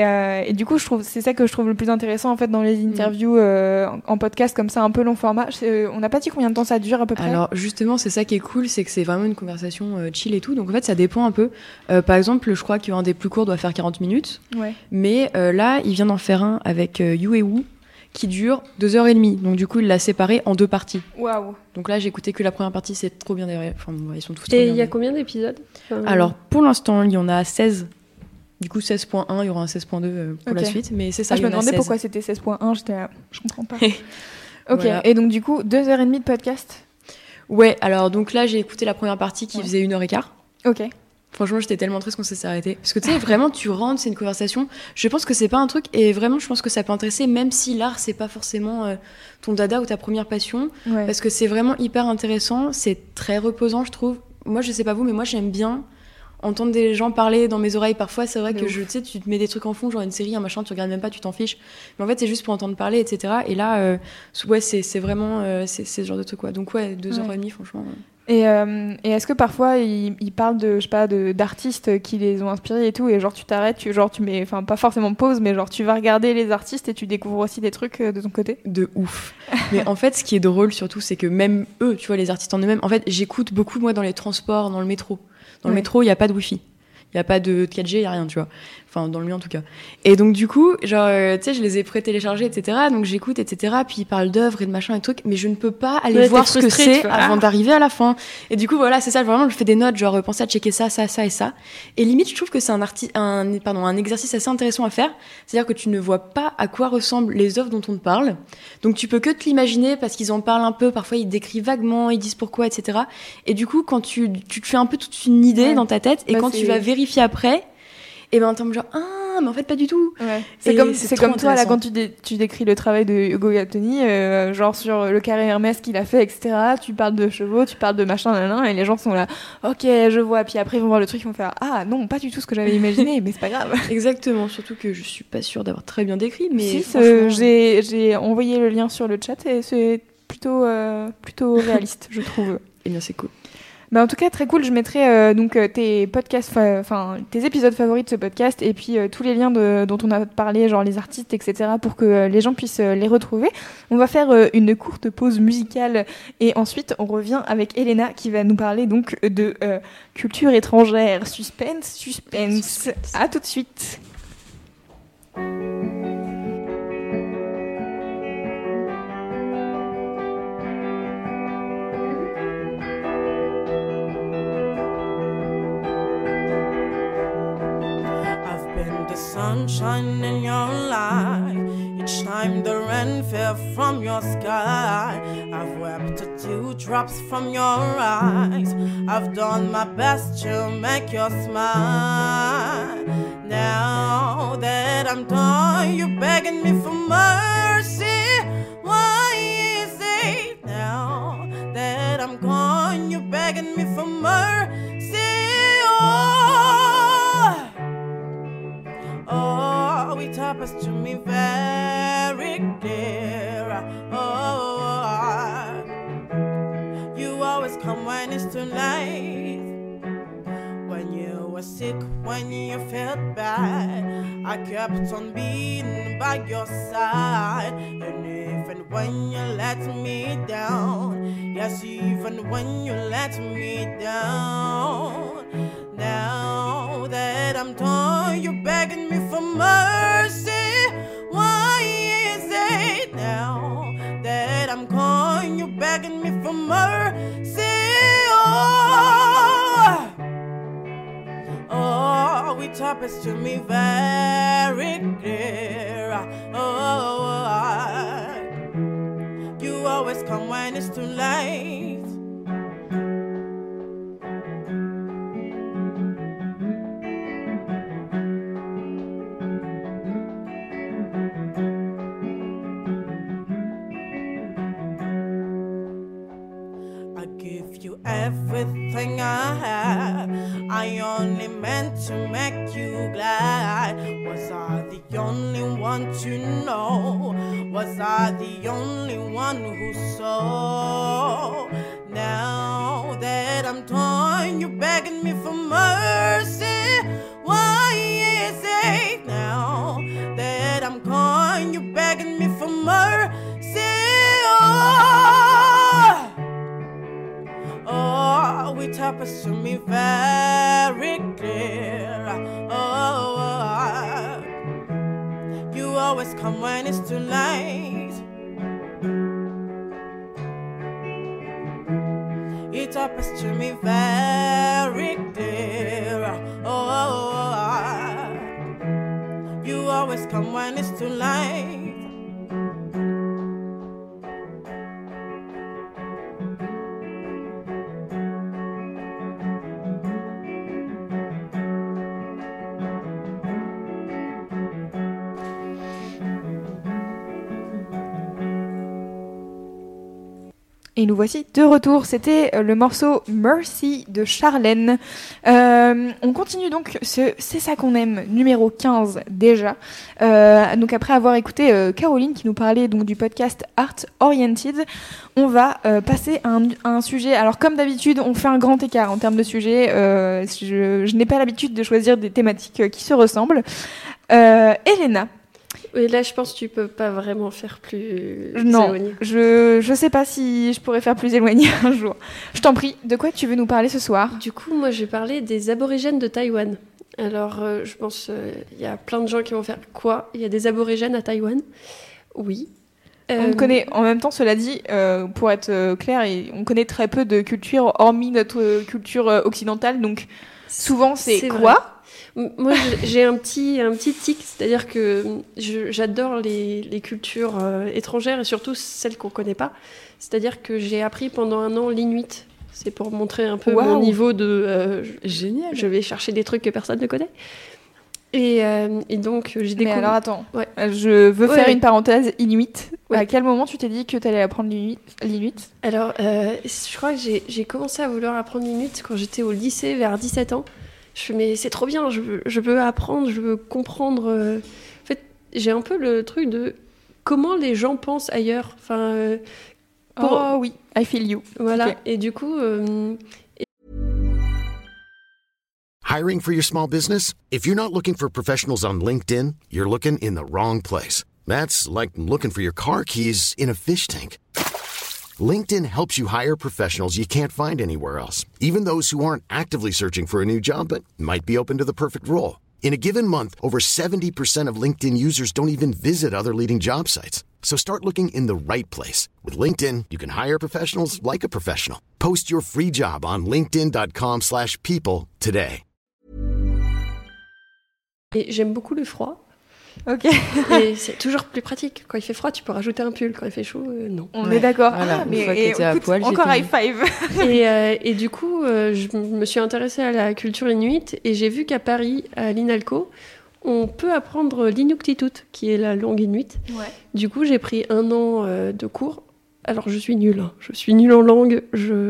et du coup c'est ça que je trouve le plus intéressant en fait dans les interviews en podcast comme ça un peu long format. On n'a pas dit combien de temps ça dure à peu près? Alors justement c'est ça qui est cool, c'est que c'est vraiment une conversation chill et tout, donc en fait ça dépend un peu. Par exemple je crois qu'un des plus courts doit faire 40 minutes. Ouais. Mais là, il vient d'en faire un avec Yu Wu qui dure 2h30. Donc du coup, il l'a séparé en 2 parties. Waouh. Donc là, j'ai écouté que la première partie, c'est trop bien derrière. Enfin, ils sont tous trop bien. Et il y a combien d'épisodes? Alors, pour l'instant, il y en a 16. Du coup, 16.1, il y aura un 16.2 pour la suite. Mais c'est ça, je il y me en a demandais 16. pourquoi c'était 16.1, j'étais là, je comprends pas. Ok, Voilà. et donc du coup, 2h30 de podcast? Ouais, alors donc là, j'ai écouté la première partie qui faisait 1h15. Ok. Franchement, j'étais tellement triste qu'on s'est arrêté. Parce que tu sais, vraiment, tu rentres, c'est une conversation. Je pense que c'est pas un truc, et vraiment, je pense que ça peut intéresser, même si l'art, c'est pas forcément ton dada ou ta première passion. Ouais. Parce que c'est vraiment hyper intéressant, c'est très reposant, je trouve. Moi, je sais pas vous, mais moi, j'aime bien entendre des gens parler dans mes oreilles. Parfois, c'est vrai que tu sais, tu te mets des trucs en fond, genre une série, un machin, tu regardes même pas, tu t'en fiches. Mais en fait, c'est juste pour entendre parler, etc. Et là, ouais, c'est vraiment c'est ce genre de truc, quoi. Donc, ouais, 2h30, franchement. Et est-ce que parfois ils parlent de, je sais pas, d'artistes qui les ont inspirés et tout, et genre tu t'arrêtes, tu mets, enfin pas forcément pause, mais genre tu vas regarder les artistes et tu découvres aussi des trucs de ton côté? De ouf. Mais en fait, ce qui est drôle surtout, c'est que même eux, tu vois, les artistes en eux-mêmes, en fait, j'écoute beaucoup, moi, dans les transports, dans le métro. Dans le métro, il n'y a pas de Wi-Fi. Il n'y a pas de 4G, il n'y a rien, tu vois. Enfin, dans le mien, en tout cas. Et donc, du coup, genre, tu sais, je les ai pré-téléchargés, etc. Donc, j'écoute, etc. Puis, ils parlent d'œuvres et de machin et de trucs. Mais je ne peux pas aller voir ce que c'est avant d'arriver à la fin. Et du coup, voilà, c'est ça. Vraiment, je fais des notes, genre, pensez à checker ça, ça, ça et ça. Et limite, je trouve que c'est un exercice assez intéressant à faire. C'est-à-dire que tu ne vois pas à quoi ressemblent les œuvres dont on te parle. Donc, tu peux que te l'imaginer parce qu'ils en parlent un peu. Parfois, ils décrivent vaguement, ils disent pourquoi, etc. Et du coup, quand tu te fais un peu toute une idée dans ta tête, et quand tu vas vérifier après, et ben t'es genre mais en fait pas du tout. Ouais. C'est comme toi là quand tu décris le travail de Hugo Gattoni, genre sur le carré Hermès qu'il a fait, etc. Tu parles de chevaux, tu parles de machin, et les gens sont là, ok, je vois. Puis après ils vont voir le truc, ils vont faire ah non, pas du tout ce que j'avais imaginé, mais c'est pas grave. Exactement, surtout que je suis pas sûre d'avoir très bien décrit, mais si, franchement... j'ai envoyé le lien sur le chat et c'est plutôt réaliste, je trouve. Eh bien c'est cool. Bah en tout cas très cool, je mettrai donc tes podcasts, enfin tes épisodes favoris de ce podcast et puis tous les liens dont on a parlé, genre les artistes, etc. pour que les gens puissent les retrouver. On va faire une courte pause musicale et ensuite on revient avec Elena qui va nous parler donc de culture étrangère. Suspense. À tout de suite. sunshine in your life. Each time the rain fell from your sky, I've wept dewdrops from your eyes. I've done my best to make you smile. Now that I'm done, you're begging me for mercy. Why is it now that I'm gone, you're begging me for mercy? Oh, it happens to me very clear. Oh, you always come when it's too late. When you were sick, when you felt bad, I kept on being by your side. And even when you let me down, yes, even when you let me down. Now that I'm done, you're begging me for mercy. Why is it now that I'm gone, you're begging me for mercy? Oh, it happens to me very clear. Oh, you always come when it's too late. Everything I have, I only meant to make you glad. Was I the only one to know? Was I the only one who saw? Now that I'm done, you're begging me for mercy. Why is it now that I'm gone, you're begging me for mercy? Oh, it happens to me very clear. Oh, you always come when it's too late. It happens to me very clear. Oh, you always come when it's too late. Et nous voici de retour. C'était le morceau Mercy de Charlène. On continue donc C'est ça qu'on aime, numéro 15 déjà. Donc après avoir écouté Caroline qui nous parlait donc du podcast Art Oriented, on va passer à un sujet. Alors comme d'habitude, on fait un grand écart en termes de sujet. Je n'ai pas l'habitude de choisir des thématiques qui se ressemblent. Elena. Oui, là, je pense que tu peux pas vraiment faire plus éloigné. Je sais pas si je pourrais faire plus éloigné un jour. Je t'en prie, de quoi tu veux nous parler ce soir ? Du coup, moi, je vais parler des aborigènes de Taïwan. Alors, je pense il y a plein de gens qui vont faire quoi ? Il y a des aborigènes à Taïwan ? Oui. On connaît, en même temps, cela dit, pour être clair, on connaît très peu de culture, hormis notre culture occidentale, donc souvent c'est quoi ? Vrai. Moi, j'ai un petit tic, c'est-à-dire que j'adore les cultures étrangères et surtout celles qu'on ne connaît pas. C'est-à-dire que j'ai appris pendant un an l'inuit. C'est pour montrer un peu mon niveau de... Génial. Je vais chercher des trucs que personne ne connaît. Et donc, j'ai découvert... Mais alors, attends. Ouais. Je veux faire une parenthèse inuit. Ouais. À quel moment tu t'es dit que tu allais apprendre l'inuit ? Alors, je crois que j'ai commencé à vouloir apprendre l'inuit quand j'étais au lycée, vers 17 ans. Je fais, mais c'est trop bien, je veux apprendre, je veux comprendre. En fait, j'ai un peu le truc de comment les gens pensent ailleurs. Enfin, Oh oui, I feel you. Voilà, okay. Et du coup... Hiring for your small business? If you're not looking for professionals on LinkedIn, you're looking in the wrong place. That's like looking for your car keys in a fish tank. LinkedIn helps you hire professionals you can't find anywhere else, even those who aren't actively searching for a new job but might be open to the perfect role. In a given month, over 70% of LinkedIn users don't even visit other leading job sites. So start looking in the right place. With LinkedIn, you can hire professionals like a professional. Post your free job on linkedin.com/people today. Et j'aime beaucoup le froid. Ok. Et c'est toujours plus pratique. Quand il fait froid, tu peux rajouter un pull. Quand il fait chaud, non. On est d'accord. Voilà, une fois que t'étais à écoute, poil, encore high j'étais- five. Et du coup, je me suis intéressée à la culture inuite et j'ai vu qu'à Paris, à l'INALCO, on peut apprendre l'Inuktitut, qui est la langue inuite. Ouais. Du coup, j'ai pris 1 an de cours. Alors, je suis nulle. Je suis nulle en langue.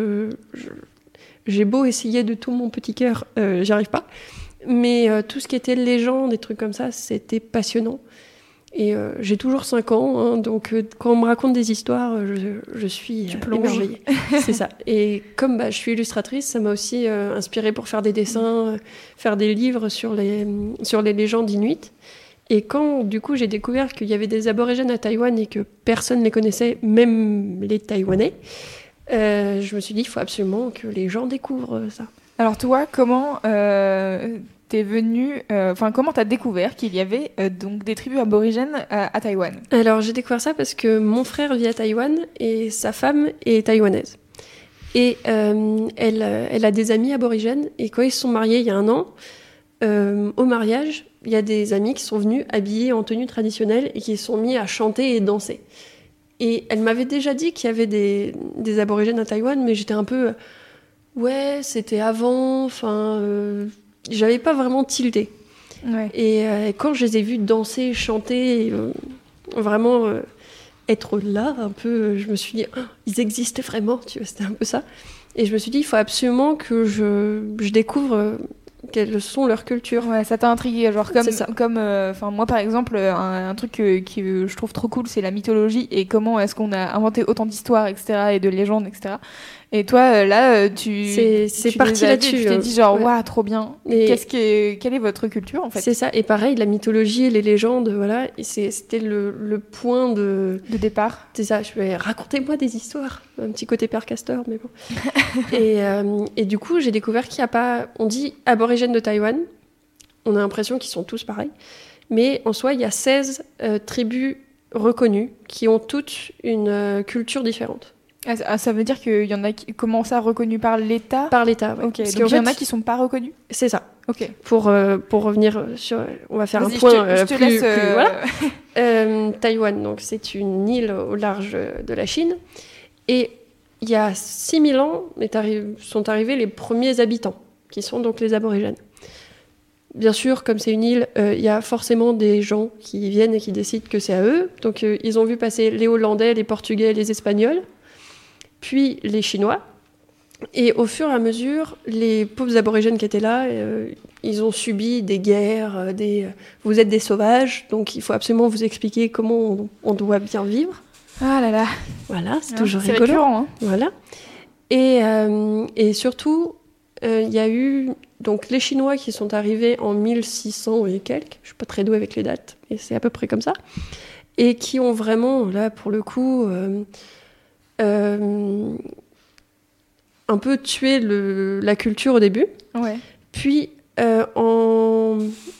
J'ai beau essayer de tout mon petit cœur, j'y arrive pas. Mais tout ce qui était légende, des trucs comme ça, c'était passionnant. Et j'ai toujours 5 ans, hein, donc quand on me raconte des histoires, je suis émerveillée. C'est ça. Et comme je suis illustratrice, ça m'a aussi inspirée pour faire des dessins, faire des livres sur les légendes inuites. Et quand, du coup, j'ai découvert qu'il y avait des aborigènes à Taïwan et que personne ne les connaissait, même les Taïwanais, je me suis dit, il faut absolument que les gens découvrent ça. Alors toi, comment t'es venue, comment t'as découvert qu'il y avait donc des tribus aborigènes à Taïwan? Alors, j'ai découvert ça parce que mon frère vit à Taïwan et sa femme est taïwanaise. Et elle a des amis aborigènes. Et quand ils se sont mariés il y a 1 an, au mariage, il y a des amis qui sont venus habillés en tenue traditionnelle et qui se sont mis à chanter et danser. Et elle m'avait déjà dit qu'il y avait des aborigènes à Taïwan, mais j'étais un peu... Ouais, c'était avant, j'avais pas vraiment tilté. Ouais. Et quand je les ai vus danser, chanter, vraiment être là un peu, je me suis dit, ils existent vraiment, tu vois, c'était un peu ça. Et je me suis dit, il faut absolument que je découvre quelles sont leurs cultures. Ouais, ça t'a intrigué, genre C'est ça. moi par exemple, un truc qui je trouve trop cool, c'est la mythologie et comment est-ce qu'on a inventé autant d'histoires, etc., et de légendes, etc. Et toi, là, C'est tu parti les as là-dessus, vus, tu t'es dit genre, ouais. waouh, trop bien. Et- Quelle est votre culture en fait C'est ça. Et pareil, la mythologie et les légendes, voilà, et c'était le point de... de départ? C'est ça, je vais racontez-moi des histoires. Un petit côté Père Castor, mais bon. et du coup, j'ai découvert qu'il n'y a pas... On dit aborigènes de Taïwan. On a l'impression qu'ils sont tous pareils. Mais en soi, il y a 16 tribus reconnues qui ont toutes une culture différente. Ça veut dire qu'il y en a qui commencent à reconnus par l'État? Par l'État, ouais. Ok, Parce donc qu'en il y en fait, a qui sont pas reconnus? c'est ça. Ok. Pour revenir sur... On va faire un Vas-y, point je te laisse... voilà. Taïwan, donc c'est une île au large de la Chine. Et il y a 6000 ans sont arrivés les premiers habitants, qui sont donc les aborigènes. Bien sûr, comme c'est une île, il y a forcément des gens qui viennent et qui décident que c'est à eux. Donc ils ont vu passer les Hollandais, les Portugais, les Espagnols, puis les Chinois. Et au fur et à mesure, les pauvres aborigènes qui étaient là, ils ont subi des guerres, vous êtes des sauvages, donc il faut absolument vous expliquer comment on doit bien vivre. Ah là là. Voilà, c'est toujours C'est rigolo. récurrent, hein. Voilà. Et surtout, il y a eu donc les Chinois qui sont arrivés en 1600 et quelques. Je suis pas très douée avec les dates, mais c'est à peu près comme ça. Et qui ont vraiment, là, pour le coup, un peu tué la culture au début. Ouais. Puis, en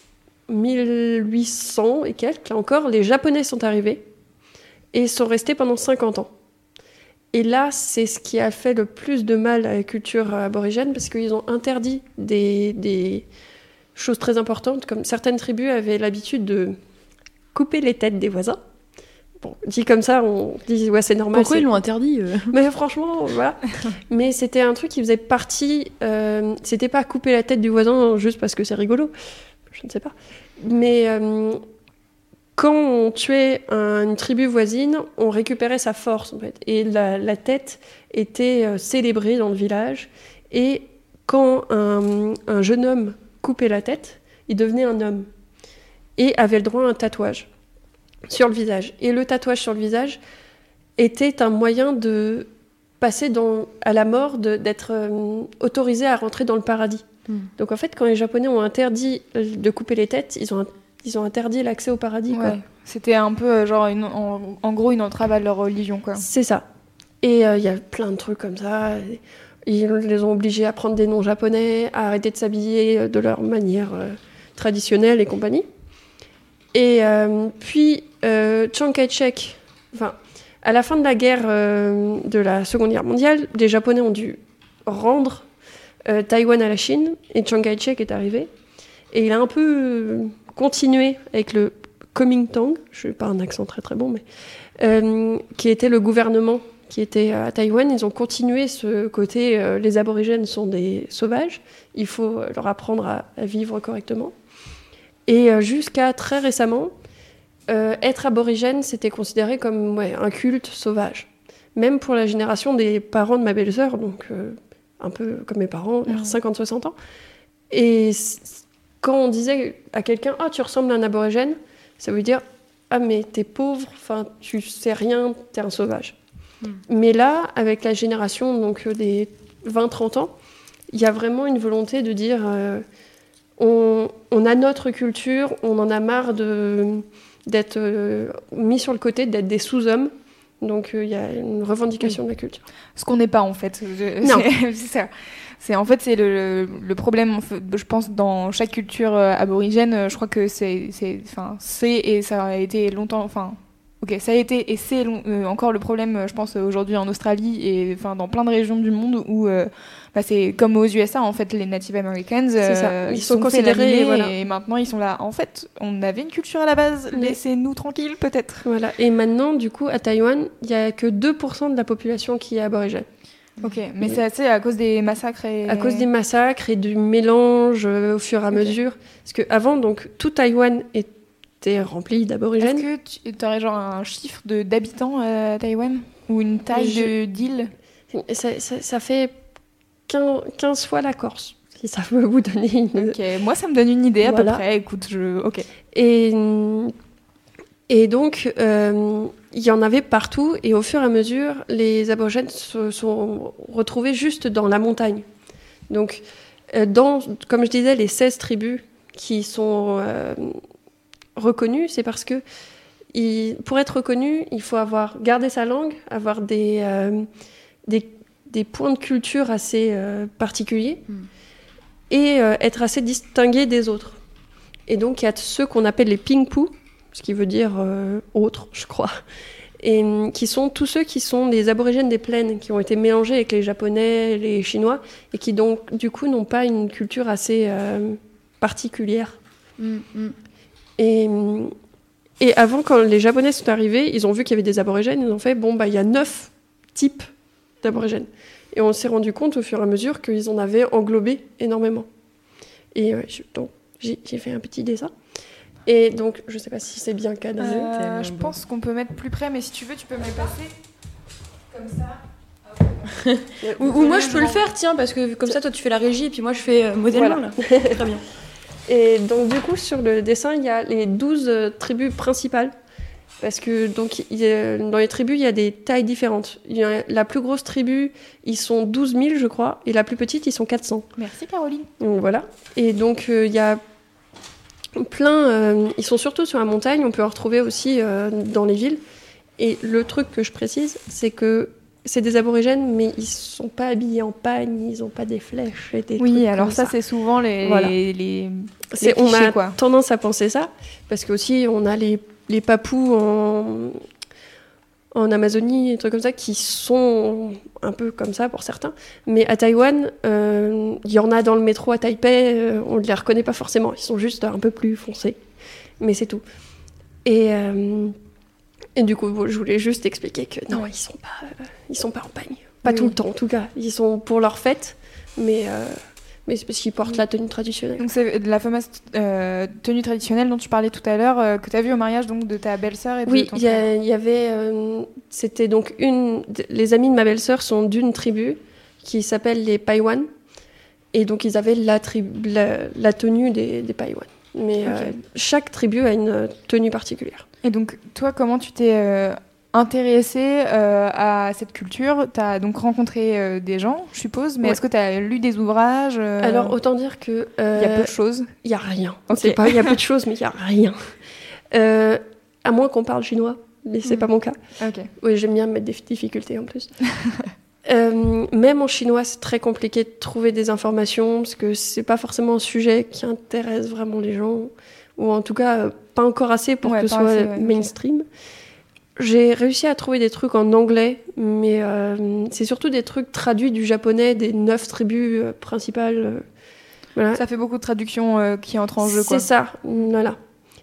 1800 et quelques, là encore, les Japonais sont arrivés et sont restés pendant 50 ans. Et là, c'est ce qui a fait le plus de mal à la culture aborigène parce qu'ils ont interdit des choses très importantes, comme certaines tribus avaient l'habitude de couper les têtes des voisins. Bon, dit comme ça, on dit ouais, c'est normal. Pourquoi ils l'ont interdit Mais franchement, voilà. Mais c'était un truc qui faisait partie. C'était pas couper la tête du voisin juste parce que c'est rigolo. Je ne sais pas. Mais quand on tuait une tribu voisine, on récupérait sa force en fait. Et la tête était célébrée dans le village. Et quand un jeune homme coupait la tête, il devenait un homme et avait le droit à un tatouage sur le visage. Et le tatouage sur le visage était un moyen de passer à la mort, d'être autorisé à rentrer dans le paradis. Donc en fait, quand les Japonais ont interdit de couper les têtes, ils ont interdit l'accès au paradis. Ouais. Quoi. C'était un peu genre en gros une entrave à leur religion, quoi. C'est ça. Et il y a plein de trucs comme ça. Ils les ont obligés à prendre des noms japonais, à arrêter de s'habiller de leur manière traditionnelle et compagnie. Et puis, Chiang Kai-shek, à la fin de la guerre de la Seconde Guerre mondiale, les Japonais ont dû rendre Taïwan à la Chine, et Chiang Kai-shek est arrivé. Et il a un peu continué avec le Kuomintang, je n'ai pas un accent très très bon, mais qui était le gouvernement qui était à Taïwan. Ils ont continué ce côté, les aborigènes sont des sauvages, il faut leur apprendre à vivre correctement. Et jusqu'à très récemment, être aborigène, c'était considéré comme un culte sauvage. Même pour la génération des parents de ma belle-sœur, donc un peu comme mes parents, vers 50-60 ans. Et quand on disait à quelqu'un « Ah, tu ressembles à un aborigène », ça veut dire « Ah, mais t'es pauvre, tu sais rien, t'es un sauvage ». Mais là, avec la génération donc, des 20-30 ans, il y a vraiment une volonté de dire on a notre culture, on en a marre d'être mis sur le côté, d'être des sous-hommes. Donc il y a une revendication de la culture. Ce qu'on n'est pas en fait. Non. C'est ça. C'est le problème, je pense, dans chaque culture aborigène. Je crois que c'est et ça a été longtemps. Ça a été et c'est encore le problème, je pense, aujourd'hui en Australie et dans plein de régions du monde où c'est comme aux USA, en fait, les Native Americans, ils sont considérés, et maintenant ils sont là. En fait, on avait une culture à la base, laissez-nous tranquilles peut-être. Voilà. Et maintenant, du coup, à Taïwan, il n'y a que 2% de la population qui est aborigène. Ok, mais c'est à cause des massacres À cause des massacres et du mélange au fur et à mesure. Parce qu'avant, donc, tout Taïwan était rempli d'aborigènes. Est-ce que tu aurais genre un chiffre d'habitants à Taïwan? Ou une taille d'île? Ça fait 15 fois la Corse, si ça peut vous donner une... Ok, moi ça me donne une idée à peu près. Écoute, ok. Et donc, il y en avait partout, et au fur et à mesure, les aborigènes se sont retrouvés juste dans la montagne. Donc, comme je disais, les 16 tribus qui sont reconnues, c'est parce que pour être reconnu, il faut avoir gardé sa langue, avoir des points de culture assez particuliers, et être assez distingué des autres. Et donc, il y a ceux qu'on appelle les Pingpu, ce qui veut dire autre, je crois, et qui sont tous ceux qui sont des aborigènes des plaines, qui ont été mélangés avec les Japonais, les Chinois, et qui donc, du coup, n'ont pas une culture assez particulière. Et avant, quand les Japonais sont arrivés, ils ont vu qu'il y avait des aborigènes, ils ont fait, il y a 9 types d'aborigènes. Et on s'est rendu compte au fur et à mesure qu'ils en avaient englobé énormément. Et donc, j'ai fait un petit dessin. Et donc, je ne sais pas si c'est bien cadré. Je pense qu'on peut mettre plus près, mais si tu veux, tu peux me les passer comme ça. Ou moi, je peux le faire, tiens, parce que comme ça, toi, tu fais la régie, et puis moi, je fais modèlement, là. Très bien. Et donc, du coup, sur le dessin, il y a les 12 tribus principales. Parce que donc, dans les tribus, il y a des tailles différentes. La plus grosse tribu, ils sont 12 000, je crois, et la plus petite, ils sont 400. Merci, Caroline. Donc, voilà. Et donc, il y a plein... ils sont surtout sur la montagne, on peut en retrouver aussi dans les villes. Et le truc que je précise, c'est que c'est des aborigènes, mais ils sont pas habillés en pagne, ils ont pas des flèches et des trucs. Oui, alors comme ça, c'est souvent les clichés, on a quoi. tendance à penser ça, parce qu'aussi, on a les papous en Amazonie, des trucs comme ça, qui sont un peu comme ça pour certains. Mais à Taïwan, il y en a dans le métro à Taipei, on ne les reconnaît pas forcément. Ils sont juste un peu plus foncés. Mais c'est tout. Et du coup, je voulais juste expliquer que non, ils sont pas en pagne. Pas tout le temps, en tout cas. Ils sont pour leur fête, mais c'est parce qu'ils portent la tenue traditionnelle. Donc c'est la fameuse tenue traditionnelle dont tu parlais tout à l'heure, que tu as vue au mariage donc, de ta belle-sœur et de ton frère. Oui, il y avait... c'était donc les amis de ma belle-sœur sont d'une tribu qui s'appelle les Paiwan. Et donc ils avaient la tenue des Paiwan. Mais chaque tribu a une tenue particulière. Et donc toi, comment tu t'es intéressée à cette culture? Tu as donc rencontré des gens, je suppose, mais est-ce que tu as lu des ouvrages Alors, autant dire que... il y a peu de choses. Il n'y a rien. Okay. Il y a peu de choses, mais il n'y a rien. À moins qu'on parle chinois, mais c'est pas mon cas. Okay. Oui, j'aime bien mettre des difficultés en plus. Même en chinois, c'est très compliqué de trouver des informations, parce que c'est pas forcément un sujet qui intéresse vraiment les gens, ou en tout cas, pas encore assez pour que ce soit mainstream. Okay. J'ai réussi à trouver des trucs en anglais, mais c'est surtout des trucs traduits du japonais, des 9 tribus principales. Voilà. Ça fait beaucoup de traductions qui entrent en jeu, quoi. C'est ça, voilà.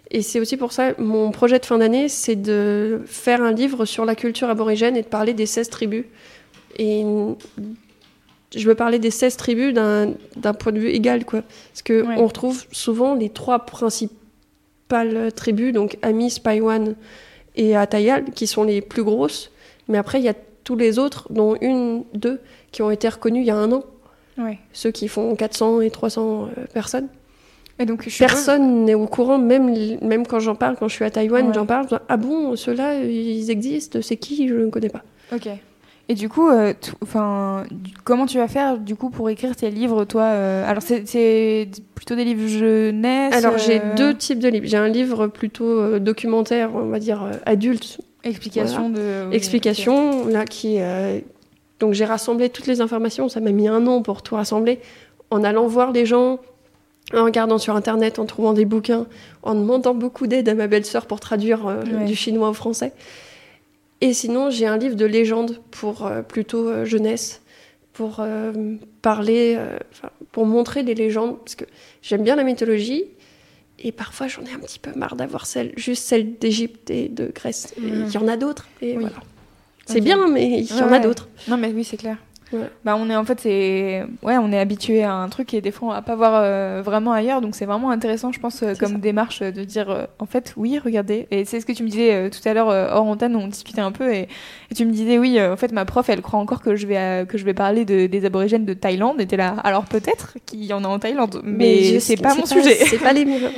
Et c'est aussi pour ça, mon projet de fin d'année, c'est de faire un livre sur la culture aborigène et de parler des 16 tribus. Et je veux parler des 16 tribus d'un point de vue égal, quoi. Parce qu'on retrouve souvent les 3 principales tribus, donc Amis, Paiwan et Atayal, qui sont les plus grosses. Mais après, il y a tous les autres, dont 2, qui ont été reconnus il y a 1 an. Ouais. Ceux qui font 400 et 300 personnes. Et donc, Personne n'est au courant, même quand j'en parle, quand je suis à Taïwan, j'en parle. Ah bon, ceux-là, ils existent, c'est qui? Je ne connais pas. Ok. Et du coup, comment tu vas faire du coup pour écrire tes livres, toi Alors c'est plutôt des livres jeunesse. Alors j'ai 2 types de livres. J'ai un livre plutôt documentaire, on va dire adulte. Explication Explication là qui. Donc j'ai rassemblé toutes les informations. Ça m'a mis 1 an pour tout rassembler, en allant voir les gens, en regardant sur internet, en trouvant des bouquins, en demandant beaucoup d'aide à ma belle-sœur pour traduire du chinois au français. Et sinon, j'ai un livre de légendes pour plutôt jeunesse, pour parler, pour montrer les légendes, parce que j'aime bien la mythologie, et parfois j'en ai un petit peu marre d'avoir juste celle d'Égypte et de Grèce. Il y en a d'autres, et voilà. C'est bien, mais il y en a d'autres. Non, mais oui, c'est clair. Ouais. Bah, on est habitué à un truc et des fois on va pas voir vraiment ailleurs, donc c'est vraiment intéressant, je pense, comme démarche de dire en fait oui, regardez. Et c'est ce que tu me disais tout à l'heure hors antenne, on discutait un peu et tu me disais oui, en fait ma prof elle croit encore que je vais parler des aborigènes de Thaïlande, et t'es là, alors peut-être qu'il y en a en Thaïlande, mais c'est pas mon sujet. C'est pas les miens.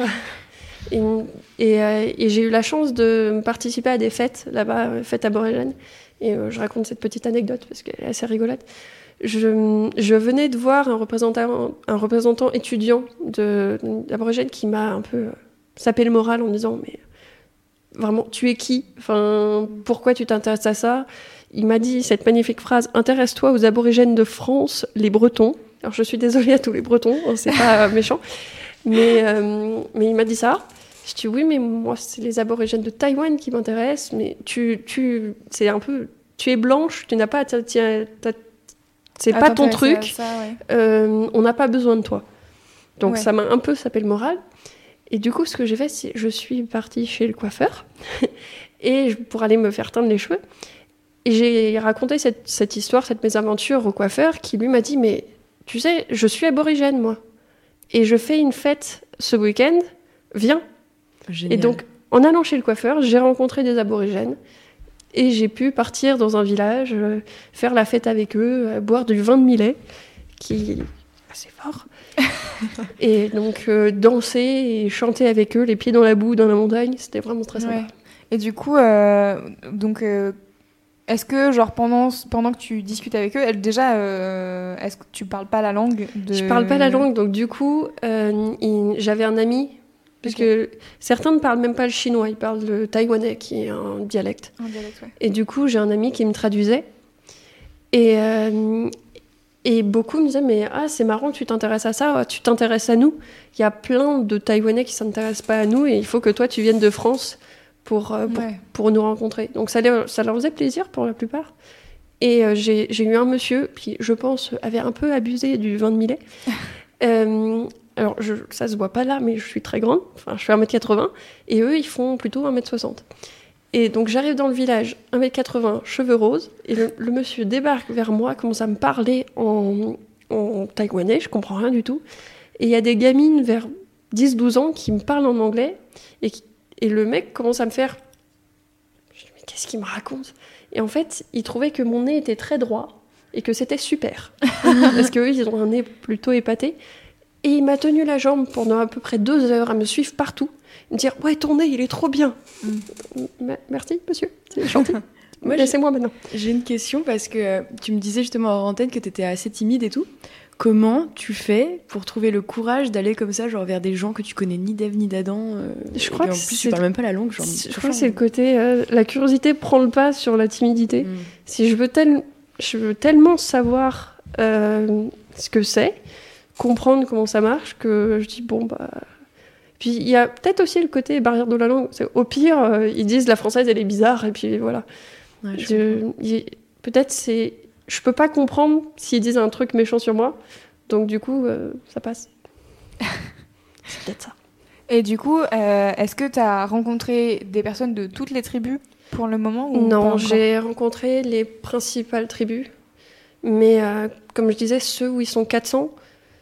Et j'ai eu la chance de participer à des fêtes là-bas, fêtes aborigènes. Et je raconte cette petite anecdote parce qu'elle est assez rigolote. Je venais de voir un représentant étudiant d'aborigène qui m'a un peu sapé le moral en me disant « Mais vraiment, tu es qui ? Enfin, pourquoi tu t'intéresses à ça ?» Il m'a dit cette magnifique phrase « Intéresse-toi aux aborigènes de France, les Bretons. » Alors je suis désolée à tous les Bretons, c'est pas méchant. Mais il m'a dit ça. Je dis oui, mais moi, c'est les aborigènes de Taïwan qui m'intéressent, mais c'est un peu, tu es blanche, tu n'as pas, c'est pas ton truc, ça, ouais. On n'a pas besoin de toi. Donc ça m'a un peu sapé le moral. Et du coup, ce que j'ai fait, c'est je suis partie chez le coiffeur pour aller me faire teindre les cheveux. Et j'ai raconté cette histoire, cette mésaventure au coiffeur qui lui m'a dit, mais tu sais, je suis aborigène, moi. Et je fais une fête ce week-end, viens. Génial. Et donc, en allant chez le coiffeur, j'ai rencontré des aborigènes et j'ai pu partir dans un village, faire la fête avec eux, boire du vin de Millet, qui est assez fort, et donc danser et chanter avec eux, les pieds dans la boue, dans la montagne, c'était vraiment très sympa. Et du coup, est-ce que, genre, pendant que tu discutes avec eux, est-ce que tu parles pas la langue Je parle pas la langue, donc du coup, j'avais un ami, puisque certains ne parlent même pas le chinois, ils parlent le taïwanais, qui est un dialecte. Et du coup, j'ai un ami qui me traduisait. Et beaucoup me disaient, mais c'est marrant que tu t'intéresses à ça, tu t'intéresses à nous. Il y a plein de Taïwanais qui ne s'intéressent pas à nous, et il faut que toi, tu viennes de France pour nous rencontrer. Donc ça leur faisait plaisir pour la plupart. Et j'ai eu un monsieur qui, je pense, avait un peu abusé du vin de Millet. Alors, ça se voit pas là, mais je suis très grande. Enfin, je fais 1m80. Et eux, ils font plutôt 1m60. Et donc, j'arrive dans le village, 1m80, cheveux roses. Et le monsieur débarque vers moi, commence à me parler en taïwanais. Je comprends rien du tout. Et il y a des gamines vers 10-12 ans qui me parlent en anglais. Et le mec commence à me faire... Je dis, mais qu'est-ce qu'il me raconte ? Et en fait, il trouvait que mon nez était très droit et que c'était super. Parce qu'eux, ils ont un nez plutôt épaté. Et il m'a tenu la jambe pendant à peu près 2 heures à me suivre partout. Me dire, ouais, ton nez, il est trop bien. Merci, monsieur. C'est gentil. Laissez-moi maintenant. J'ai une question parce que tu me disais justement hors antenne que tu étais assez timide et tout. Comment tu fais pour trouver le courage d'aller comme ça, genre vers des gens que tu connais ni d'Ève ni d'Adam Je crois que en plus, tu parles même pas la langue. Genre, je crois que c'est le côté... la curiosité prend le pas sur la timidité. Si je veux tellement savoir ce que c'est, comprendre comment ça marche, que je dis bon bah... Puis il y a peut-être aussi le côté barrière de la langue. Au pire, ils disent la française elle est bizarre et puis voilà. Ouais, peut-être c'est... Je peux pas comprendre s'ils disent un truc méchant sur moi, donc du coup ça passe. C'est peut-être ça. Et du coup, est-ce que tu as rencontré des personnes de toutes les tribus pour le moment ou pas Non, encore j'ai rencontré les principales tribus, mais comme je disais, ceux où ils sont 400,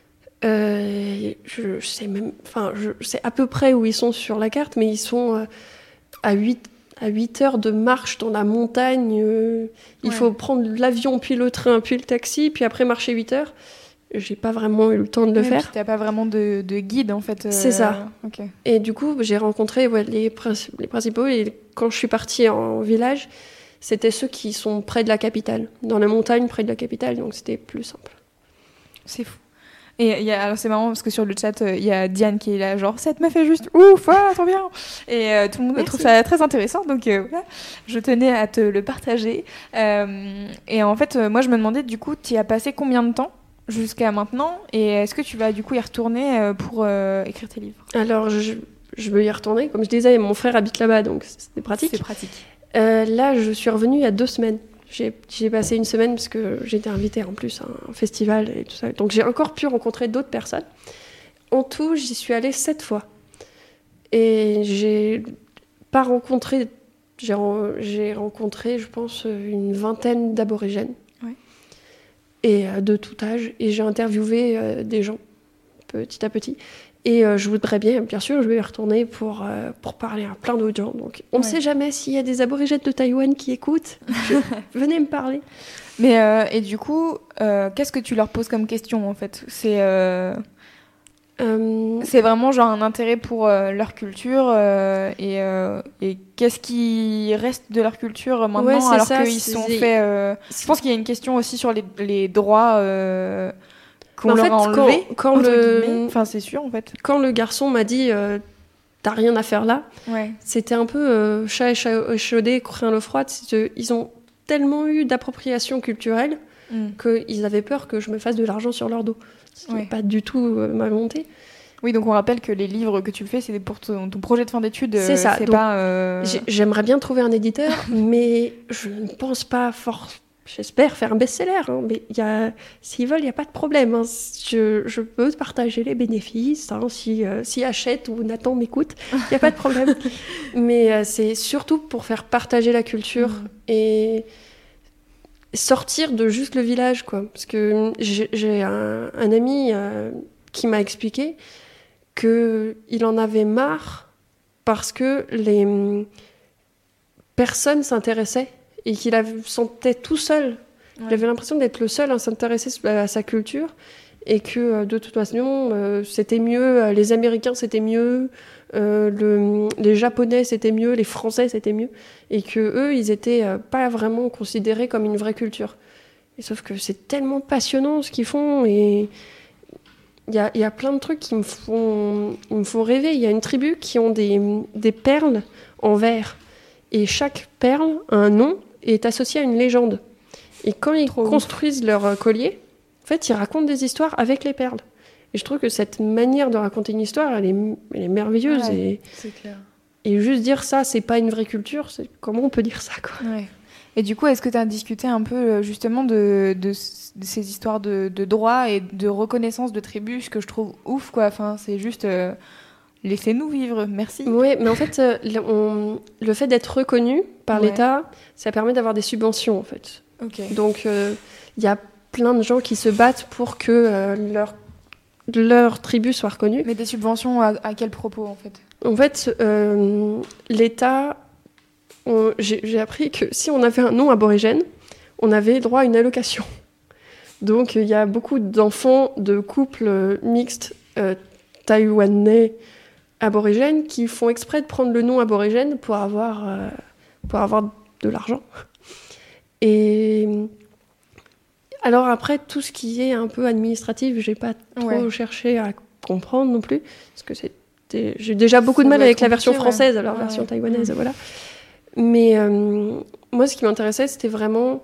je sais même, enfin, je sais à peu près où ils sont sur la carte, mais ils sont à 8 heures de marche dans la montagne. Il faut prendre l'avion, puis le train, puis le taxi, puis après marcher 8 heures. J'ai pas vraiment eu le temps de le faire. Tu n'as pas vraiment de guide en fait. C'est ça. Ok. Et du coup, j'ai rencontré les principaux. Et quand je suis partie en village, c'était ceux qui sont près de la capitale, dans la montagne près de la capitale, donc c'était plus simple. C'est fou. Et alors c'est marrant parce que sur le chat, il y a Diane qui est là, genre, cette meuf est juste ouf, trop bien. Et tout le monde trouve ça très intéressant, donc voilà, je tenais à te le partager. Et en fait, moi je me demandais, du coup, tu y as passé combien de temps jusqu'à maintenant, et est-ce que tu vas du coup y retourner pour écrire tes livres? Alors, je veux y retourner. Comme je disais, mon frère habite là-bas, donc c'était pratique. C'est pratique. Là, je suis revenue il y a 2 semaines. J'ai passé une semaine parce que j'étais invitée en plus à un festival et tout ça. Donc j'ai encore pu rencontrer d'autres personnes. En tout, j'y suis allée 7 fois. Et j'ai rencontré, je pense, une vingtaine d'aborigènes. Ouais. Et de tout âge. Et j'ai interviewé des gens, petit à petit. Et je voudrais bien sûr, je vais y retourner pour parler à plein d'autres gens. Donc, on ne sait jamais s'il y a des aborigènes de Taïwan qui écoutent. Venez me parler. Mais, et du coup, qu'est-ce que tu leur poses comme question, en fait? C'est vraiment genre un intérêt pour leur culture et qu'est-ce qui reste de leur culture maintenant alors qu'ils sont faits... Je pense qu'il y a une question aussi sur les droits... qu'on leur a enlevé, enfin c'est sûr en fait. Quand le garçon m'a dit t'as rien à faire là, c'était un peu chat échaudé, craint l'eau froide. Ils ont tellement eu d'appropriation culturelle qu'ils avaient peur que je me fasse de l'argent sur leur dos. C'était pas du tout ma volonté. Oui, donc on rappelle que les livres que tu fais, c'est pour ton projet de fin d'études. C'est ça. C'est donc, pas. J'aimerais bien trouver un éditeur, mais je ne pense pas J'espère faire un best-seller, hein, mais s'ils veulent, il n'y a pas de problème. Hein. Je peux partager les bénéfices. Hein, si Hachette ou Nathan m'écoutent, il n'y a pas de problème. Mais c'est surtout pour faire partager la culture et sortir de juste le village, quoi. Parce que j'ai un ami qui m'a expliqué qu'il en avait marre parce que les personnes s'intéressaient et qu'il se sentait tout seul. Il avait l'impression d'être le seul à s'intéresser à sa culture et que de toute façon, c'était mieux, les Américains c'était mieux, les Japonais c'était mieux, les Français c'était mieux, et que eux ils étaient pas vraiment considérés comme une vraie culture. Et sauf que c'est tellement passionnant ce qu'ils font, et il y a plein de trucs qui me font rêver. Il y a une tribu qui ont des perles en verre, et chaque perle a un nom et est associée à une légende. Et quand ils construisent leur collier, en fait, ils racontent des histoires avec les perles. Et je trouve que cette manière de raconter une histoire, elle est merveilleuse. Ouais, c'est clair. Et juste dire ça, c'est pas une vraie culture, comment on peut dire ça, quoi. Ouais. Et du coup, est-ce que tu as discuté un peu justement de ces histoires de droit et de reconnaissance de tribus, ce que je trouve ouf, quoi. Enfin, c'est juste... laissez-nous vivre, merci. Oui, mais en fait, le fait d'être reconnu par l'État, ça permet d'avoir des subventions, en fait. Okay. Donc, il y a plein de gens qui se battent pour que leur tribu soit reconnue. Mais des subventions à quel propos, en fait? En fait, l'État... J'ai appris que si on avait un nom aborigène, on avait droit à une allocation. Donc, il y a beaucoup d'enfants de couples mixtes taïwanais aborigènes qui font exprès de prendre le nom aborigène pour avoir de l'argent. Et alors après, tout ce qui est un peu administratif, j'ai pas trop cherché à comprendre non plus, parce que j'ai déjà beaucoup de mal avec la version française, alors la version taïwanaise, voilà. Mais moi, ce qui m'intéressait, c'était vraiment...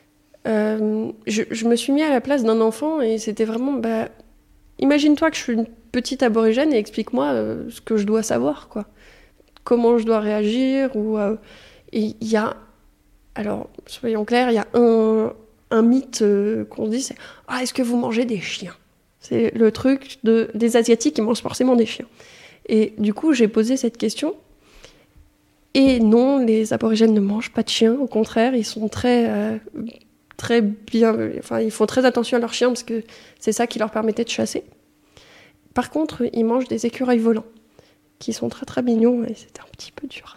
je me suis mis à la place d'un enfant, et c'était vraiment... imagine-toi que je suis une petite aborigène et explique-moi ce que je dois savoir, quoi. Comment je dois réagir, et il y a... Alors, soyons clairs, il y a un mythe qu'on se dit, c'est « Ah, est-ce que vous mangez des chiens ?» C'est le truc des Asiatiques qui mangent forcément des chiens. Et du coup, j'ai posé cette question. Et non, les aborigènes ne mangent pas de chiens. Au contraire, ils sont très bien... Enfin, ils font très attention à leurs chiens parce que c'est ça qui leur permettait de chasser. Par contre, ils mangent des écureuils volants qui sont très très mignons et c'était un petit peu dur.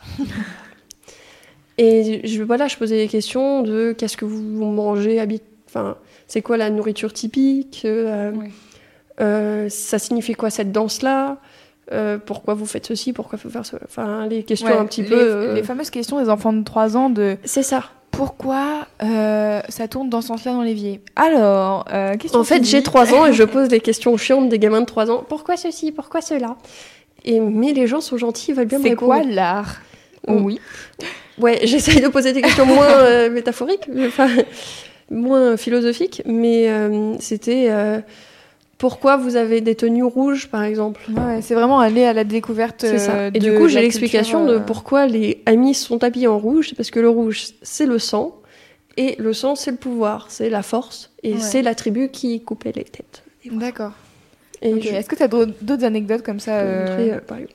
Et je posais des questions de qu'est-ce que vous mangez, enfin, c'est quoi la nourriture typique, ça signifie quoi cette danse-là, pourquoi vous faites ceci, pourquoi vous faites ça, enfin les questions un petit peu... Les fameuses questions des enfants de 3 ans de... C'est ça. Pourquoi ça tourne dans ce sens-là dans l'évier ? Alors, question En fait, physique. j'ai 3 ans et je pose des questions chiantes des gamins de 3 ans. Pourquoi ceci, pourquoi cela ? Mais les gens sont gentils, ils veulent bien me répondre. C'est quoi l'art ? Oui. Ouais, j'essaye de poser des questions moins métaphoriques, enfin, moins philosophiques, mais c'était pourquoi vous avez des tenues rouges, par exemple. Ouais, c'est vraiment aller à la découverte. C'est ça. Et du coup, j'ai l'explication de pourquoi les Amis sont habillés en rouge, c'est parce que le rouge, c'est le sang, et le sang, c'est le pouvoir, c'est la force, et c'est la tribu qui coupait les têtes. D'accord. Et okay. Est-ce que tu as d'autres anecdotes comme ça par exemple.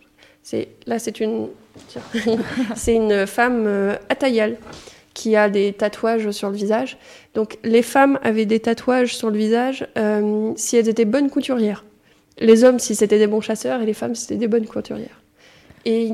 C'est une femme Atayal qui a des tatouages sur le visage. Donc les femmes avaient des tatouages sur le visage si elles étaient bonnes couturières. Les hommes si c'était des bons chasseurs et les femmes si c'était des bonnes couturières. Et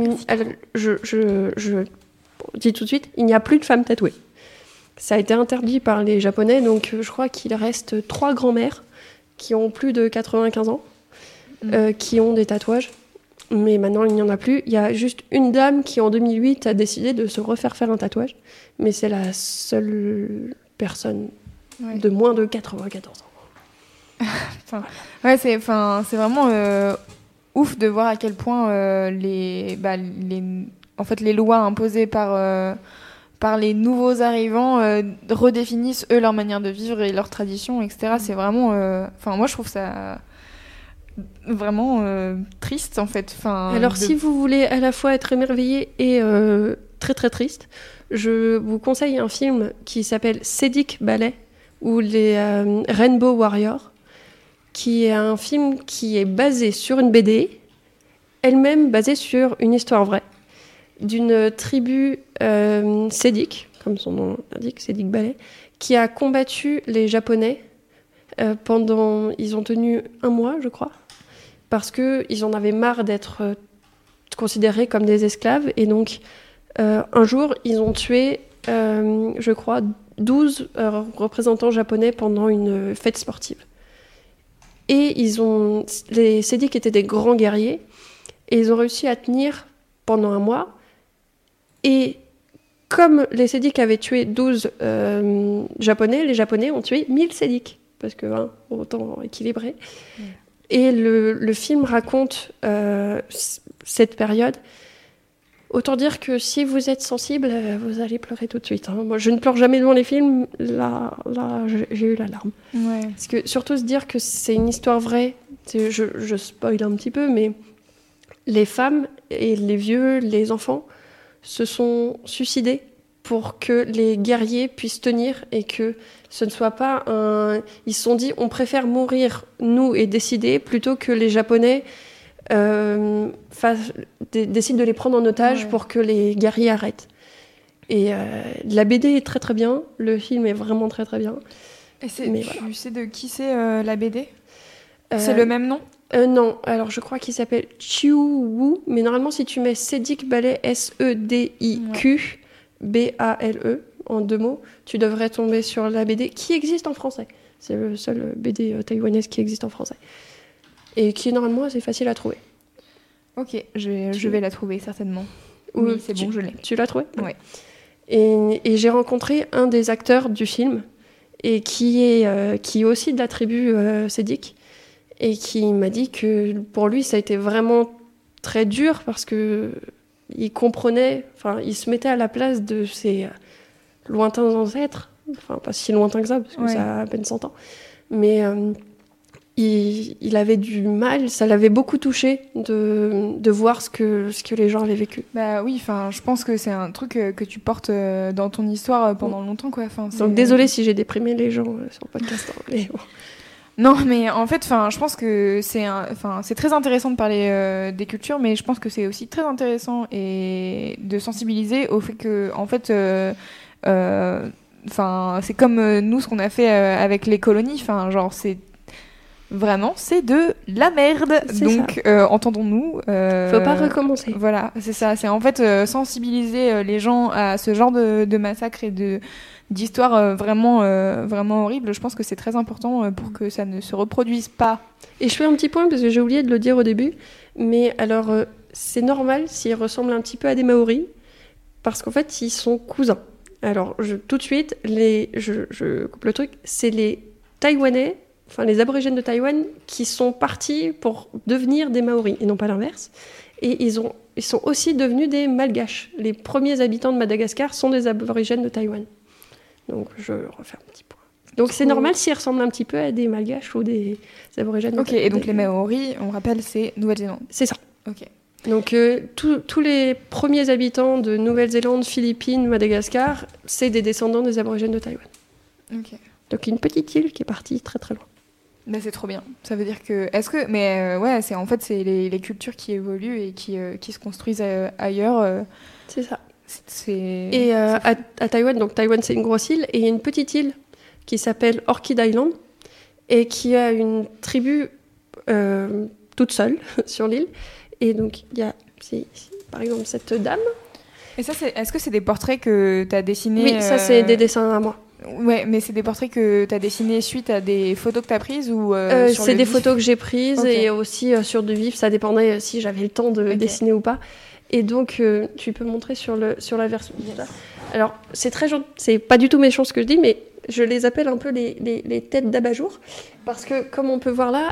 je dis tout de suite, il n'y a plus de femmes tatouées. Ça a été interdit par les Japonais, donc je crois qu'il reste 3 grands-mères qui ont plus de 95 ans, qui ont des tatouages. Mais maintenant, il n'y en a plus. Il y a juste une dame qui, en 2008, a décidé de se refaire faire un tatouage. Mais c'est la seule personne de moins de 94 ans. c'est vraiment ouf de voir à quel point les lois imposées par les nouveaux arrivants redéfinissent, eux, leur manière de vivre et leurs traditions, etc. C'est vraiment... moi, je trouve ça... vraiment triste en fait. Alors si vous voulez à la fois être émerveillé et très très triste, je vous conseille un film qui s'appelle Sédic Ballet ou les Rainbow Warriors, qui est un film qui est basé sur une BD, elle-même basée sur une histoire vraie, d'une tribu Sédic, comme son nom l'indique, Sédic Ballet, qui a combattu les Japonais pendant... Ils ont tenu 1 mois, je crois, parce qu'ils en avaient marre d'être considérés comme des esclaves. Et donc, un jour, ils ont tué, je crois, 12 représentants japonais pendant une fête sportive. Et les Sédics étaient des grands guerriers, et ils ont réussi à tenir pendant 1 mois. Et comme les Sédics avaient tué 12 Japonais, les Japonais ont tué 1000 Sédics, parce que autant équilibré. Et le film raconte cette période. Autant dire que si vous êtes sensible, vous allez pleurer tout de suite. Moi, je ne pleure jamais devant les films. Là, j'ai eu la larme. Ouais. Parce que surtout se dire que c'est une histoire vraie. Je spoil un petit peu, mais les femmes et les vieux, les enfants, se sont suicidés pour que les guerriers puissent tenir et que ce ne soit pas Ils se sont dit, on préfère mourir, nous, et décider, plutôt que les Japonais décident de les prendre en otage pour que les guerriers arrêtent. Et la BD est très très bien, le film est vraiment très très bien. Et tu sais de qui c'est la BD ? C'est le même nom ? Non, alors je crois qu'il s'appelle Chiu Wu, mais normalement si tu mets Sédic Ballet, S-E-D-I-Q, B-A-L-E, en 2 mots, tu devrais tomber sur la BD qui existe en français. C'est le seul BD taïwanaise qui existe en français. Et qui est normalement assez facile à trouver. Ok, je vais la trouver certainement. Oui, c'est bon, je l'ai. Tu l'as trouvé ? Oui. Et j'ai rencontré un des acteurs du film, et qui est aussi de la tribu Sédic, et qui m'a dit que pour lui, ça a été vraiment très dur, parce que il comprenait, il se mettait à la place de ses lointains ancêtres, pas si lointains que ça, parce que ça a à peine 100 ans, mais il avait du mal, ça l'avait beaucoup touché de voir ce que les gens avaient vécu. Bah oui, je pense que c'est un truc que tu portes dans ton histoire pendant longtemps, quoi. Donc désolée si j'ai déprimé les gens sur le podcast. Mais bon. Non, mais en fait, je pense que c'est très intéressant de parler des cultures, mais je pense que c'est aussi très intéressant et de sensibiliser au fait que, en fait, c'est comme nous ce qu'on a fait avec les colonies. Genre, c'est de la merde. C'est Donc, entendons-nous. Faut pas recommencer. Voilà, c'est ça. C'est en fait sensibiliser les gens à ce genre de massacre et d'histoires vraiment horribles. Je pense que c'est très important pour que ça ne se reproduise pas. Et je fais un petit point parce que j'ai oublié de le dire au début. Mais alors, c'est normal s'ils ressemblent un petit peu à des Maoris parce qu'en fait, ils sont cousins. Alors, tout de suite, je coupe le truc, c'est les Taïwanais, enfin les aborigènes de Taïwan, qui sont partis pour devenir des Maoris, et non pas l'inverse. Et ils sont aussi devenus des Malgaches. Les premiers habitants de Madagascar sont des aborigènes de Taïwan. Donc, je refais un petit point. Donc, c'est normal s'ils ressemblent un petit peu à des Malgaches ou des aborigènes de Taïwan. Ok, et donc les Maoris, on rappelle, c'est Nouvelle-Zélande. C'est ça. Ok. Donc, tous les premiers habitants de Nouvelle-Zélande, Philippines, Madagascar, c'est des descendants des aborigènes de Taïwan. Ok. Donc, une petite île qui est partie très très loin. Bah, c'est trop bien. Ça veut dire que... c'est les cultures qui évoluent et qui se construisent ailleurs. C'est ça. Et Et à Taïwan, donc Taïwan c'est une grosse île, et il y a une petite île qui s'appelle Orchid Island, et qui a une tribu toute seule sur l'île. Et donc, il y a, par exemple, cette dame. Et ça, est-ce que c'est des portraits que tu as dessinés? Oui, ça, c'est des dessins à moi. Ouais, mais c'est des portraits que tu as dessinés suite à des photos que tu as prises ou c'est des photos que j'ai prises, okay. Et aussi sur du vif. Ça dépendait si j'avais le temps de dessiner ou pas. Et donc, tu peux montrer sur la version. Alors, c'est très gentil. C'est pas du tout méchant ce que je dis, mais je les appelle un peu les têtes d'abat-jour. Parce que, comme on peut voir là,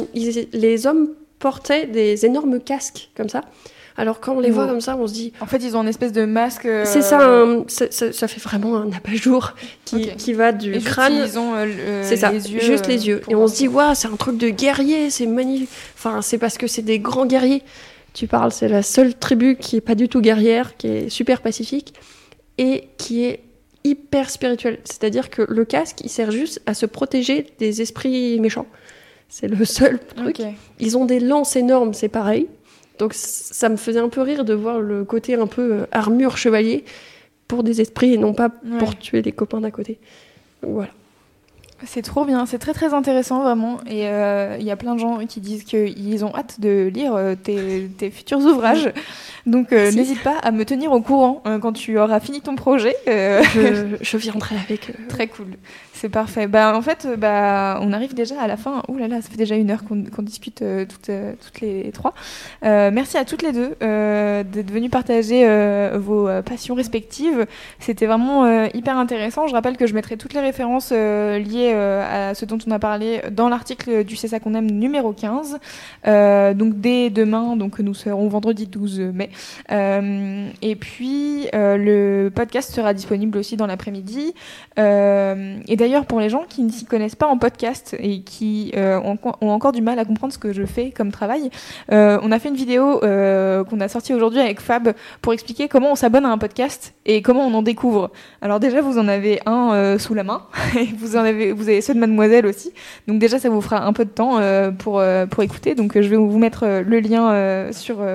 les hommes portaient des énormes casques comme ça. Alors quand on les voit comme ça, on se dit... En fait, ils ont une espèce de masque... C'est ça, ça fait vraiment un abat-jour qui va du crâne... Ils ont c'est ça, les yeux, juste les yeux. Et on se dit, waouh, c'est un truc de guerrier, c'est magnifique. Enfin, c'est parce que c'est des grands guerriers. Tu parles, c'est la seule tribu qui est pas du tout guerrière, qui est super pacifique et qui est hyper spirituelle. C'est-à-dire que le casque, il sert juste à se protéger des esprits méchants. C'est le seul truc. Okay. Ils ont des lances énormes, c'est pareil. Donc ça me faisait un peu rire de voir le côté un peu armure chevalier pour des esprits et non pas pour tuer les copains d'à côté. Donc, voilà. C'est trop bien, c'est très très intéressant vraiment. Et il y a plein de gens qui disent qu'ils ont hâte de lire tes futurs ouvrages. Donc n'hésite pas à me tenir au courant quand tu auras fini ton projet. Je viendrai avec. Très cool, c'est parfait. En fait, on arrive déjà à la fin. Ouh là là, ça fait déjà 1 heure qu'on discute toutes les trois. Merci à toutes les deux d'être venues partager vos passions respectives. C'était vraiment hyper intéressant. Je rappelle que je mettrai toutes les références liées à ce dont on a parlé dans l'article du C'est ça qu'on aime numéro 15. Donc dès demain, donc nous serons vendredi 12 mai. Et puis le podcast sera disponible aussi dans l'après-midi. Et d'ailleurs, pour les gens qui ne s'y connaissent pas en podcast et qui ont encore du mal à comprendre ce que je fais comme travail, on a fait une vidéo qu'on a sortie aujourd'hui avec Fab pour expliquer comment on s'abonne à un podcast et comment on en découvre. Alors déjà, vous en avez un sous la main et vous avez ceux de Mademoiselle aussi. Donc déjà, ça vous fera un peu de temps pour écouter. Donc je vais vous mettre le lien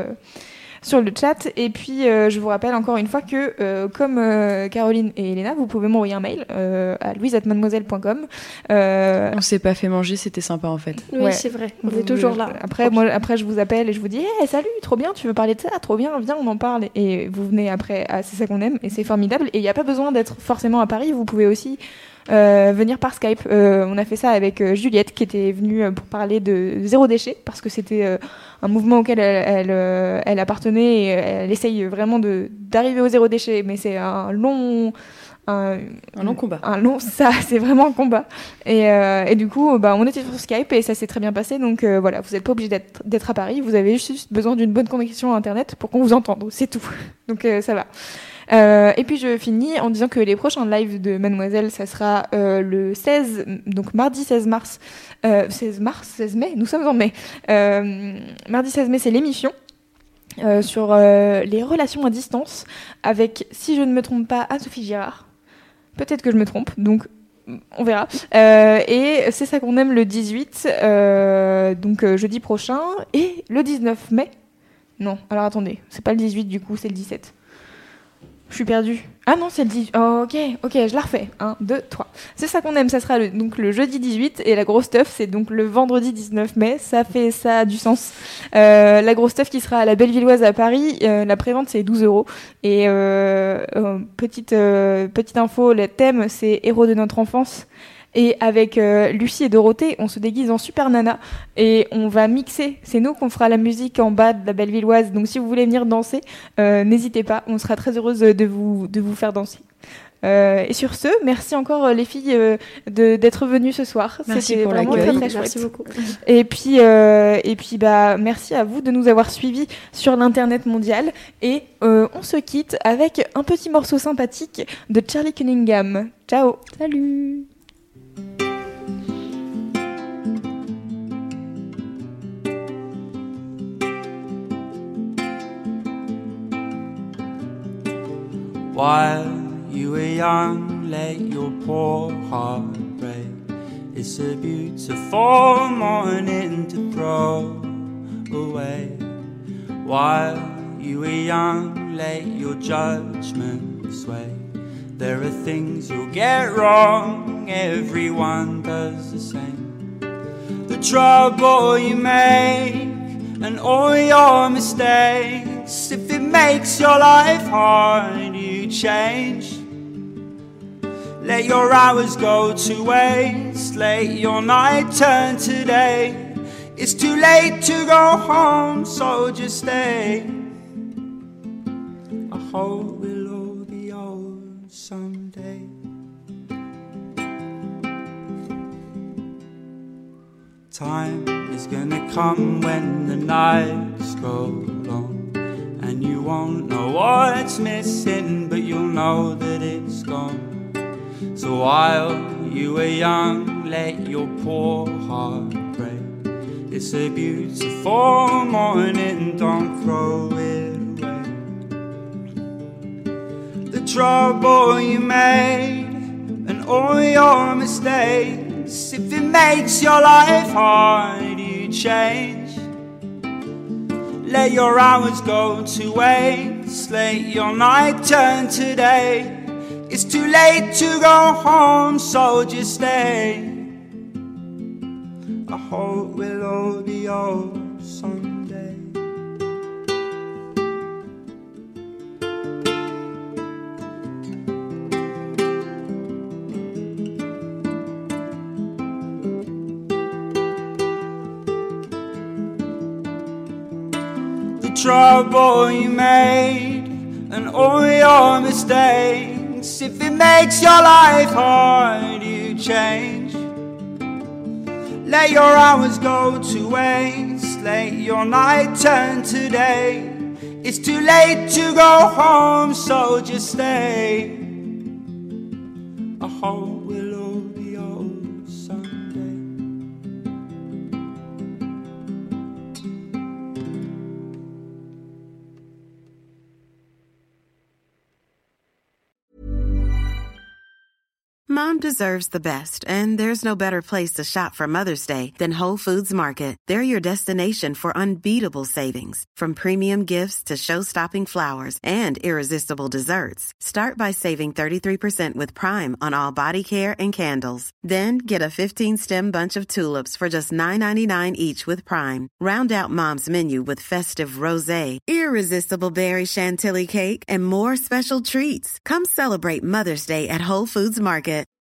sur le chat. Et puis, je vous rappelle encore une fois que, comme Caroline et Elena, vous pouvez m'envoyer un mail à louise@mademoiselle.com. On s'est pas fait manger, c'était sympa en fait. Oui, c'est vrai. On est toujours là. Après, je vous appelle et je vous dis hey, salut, trop bien, tu veux parler de ça? Trop bien, viens, on en parle. Et vous venez après à C'est ça qu'on aime et c'est formidable. Et il n'y a pas besoin d'être forcément à Paris. Vous pouvez aussi venir par Skype. On a fait ça avec Juliette qui était venue pour parler de zéro déchet parce que c'était un mouvement auquel elle appartenait et elle essaye vraiment d'arriver au zéro déchet, mais c'est un long combat. C'est vraiment un combat. Et du coup, on était sur Skype et ça s'est très bien passé. Donc voilà, vous n'êtes pas obligé d'être à Paris. Vous avez juste besoin d'une bonne connexion à Internet pour qu'on vous entende. C'est tout. Donc ça va. Et puis je finis en disant que les prochains lives de Mademoiselle, ça sera le 16, donc mardi 16 mai, nous sommes en mai. Mardi 16 mai, c'est l'émission sur les relations à distance avec, si je ne me trompe pas, Anne-Sophie Girard. Peut-être que je me trompe, donc on verra. Et c'est ça qu'on aime le 18, donc jeudi prochain, et le 19 mai. Non, alors attendez, c'est pas le 18 du coup, c'est le 17. Je suis perdue. Ah non, c'est le 18. Oh, ok, je la refais. 1, 2, 3. C'est ça qu'on aime, ça sera donc le jeudi 18, et la grosse stuff, c'est donc le vendredi 19 mai. Ça a du sens. La grosse stuff qui sera à la Bellevilloise à Paris, la prévente c'est 12 €. Et petite info, le thème c'est Héros de notre enfance. Et avec Lucie et Dorothée, on se déguise en Super Nana et on va mixer. C'est nous qu'on fera la musique en bas de la Bellevilloise. Donc si vous voulez venir danser, n'hésitez pas. On sera très heureuse de vous faire danser. Et sur ce, merci encore les filles d'être venues ce soir. Merci C'était pour vraiment l'accueil. très, très Merci chouette. beaucoup. Et puis merci à vous de nous avoir suivis sur l'internet mondial. Et on se quitte avec un petit morceau sympathique de Charlie Cunningham. Ciao. Salut. While you were young, let your poor heart break. It's a beautiful morning to throw away. While you were young, let your judgment sway. There are things you'll get wrong, everyone does the same. The trouble you make and all your mistakes, if it makes your life hard, you change. Let your hours go to waste, let your night turn to day. It's too late to go home, so just stay. I hope we'll all be old someday. Time is gonna come when the nights go long, and you won't know what's missing, but you'll know that it's gone. So while you were young, let your poor heart break. It's a beautiful morning, don't throw it away. The trouble you made and all your mistakes, if it makes your life hard, you change. Let your hours go to waste, let your night turn to day. It's too late to go home, so just stay. I hope we'll all be old someday. The trouble you made and all your mistakes, if it makes your life hard, you change. Let your hours go to waste, let your night turn to day. It's too late to go home, so just stay. I hope we'll all be old someday. Mom deserves the best, and there's no better place to shop for Mother's Day than Whole Foods Market. They're your destination for unbeatable savings, from premium gifts to show-stopping flowers and irresistible desserts. Start by saving 33% with Prime on all body care and candles. Then get a 15-stem bunch of tulips for just $9.99 each with Prime. Round out Mom's menu with festive rosé, irresistible berry chantilly cake, and more special treats. Come celebrate Mother's Day at Whole Foods Market.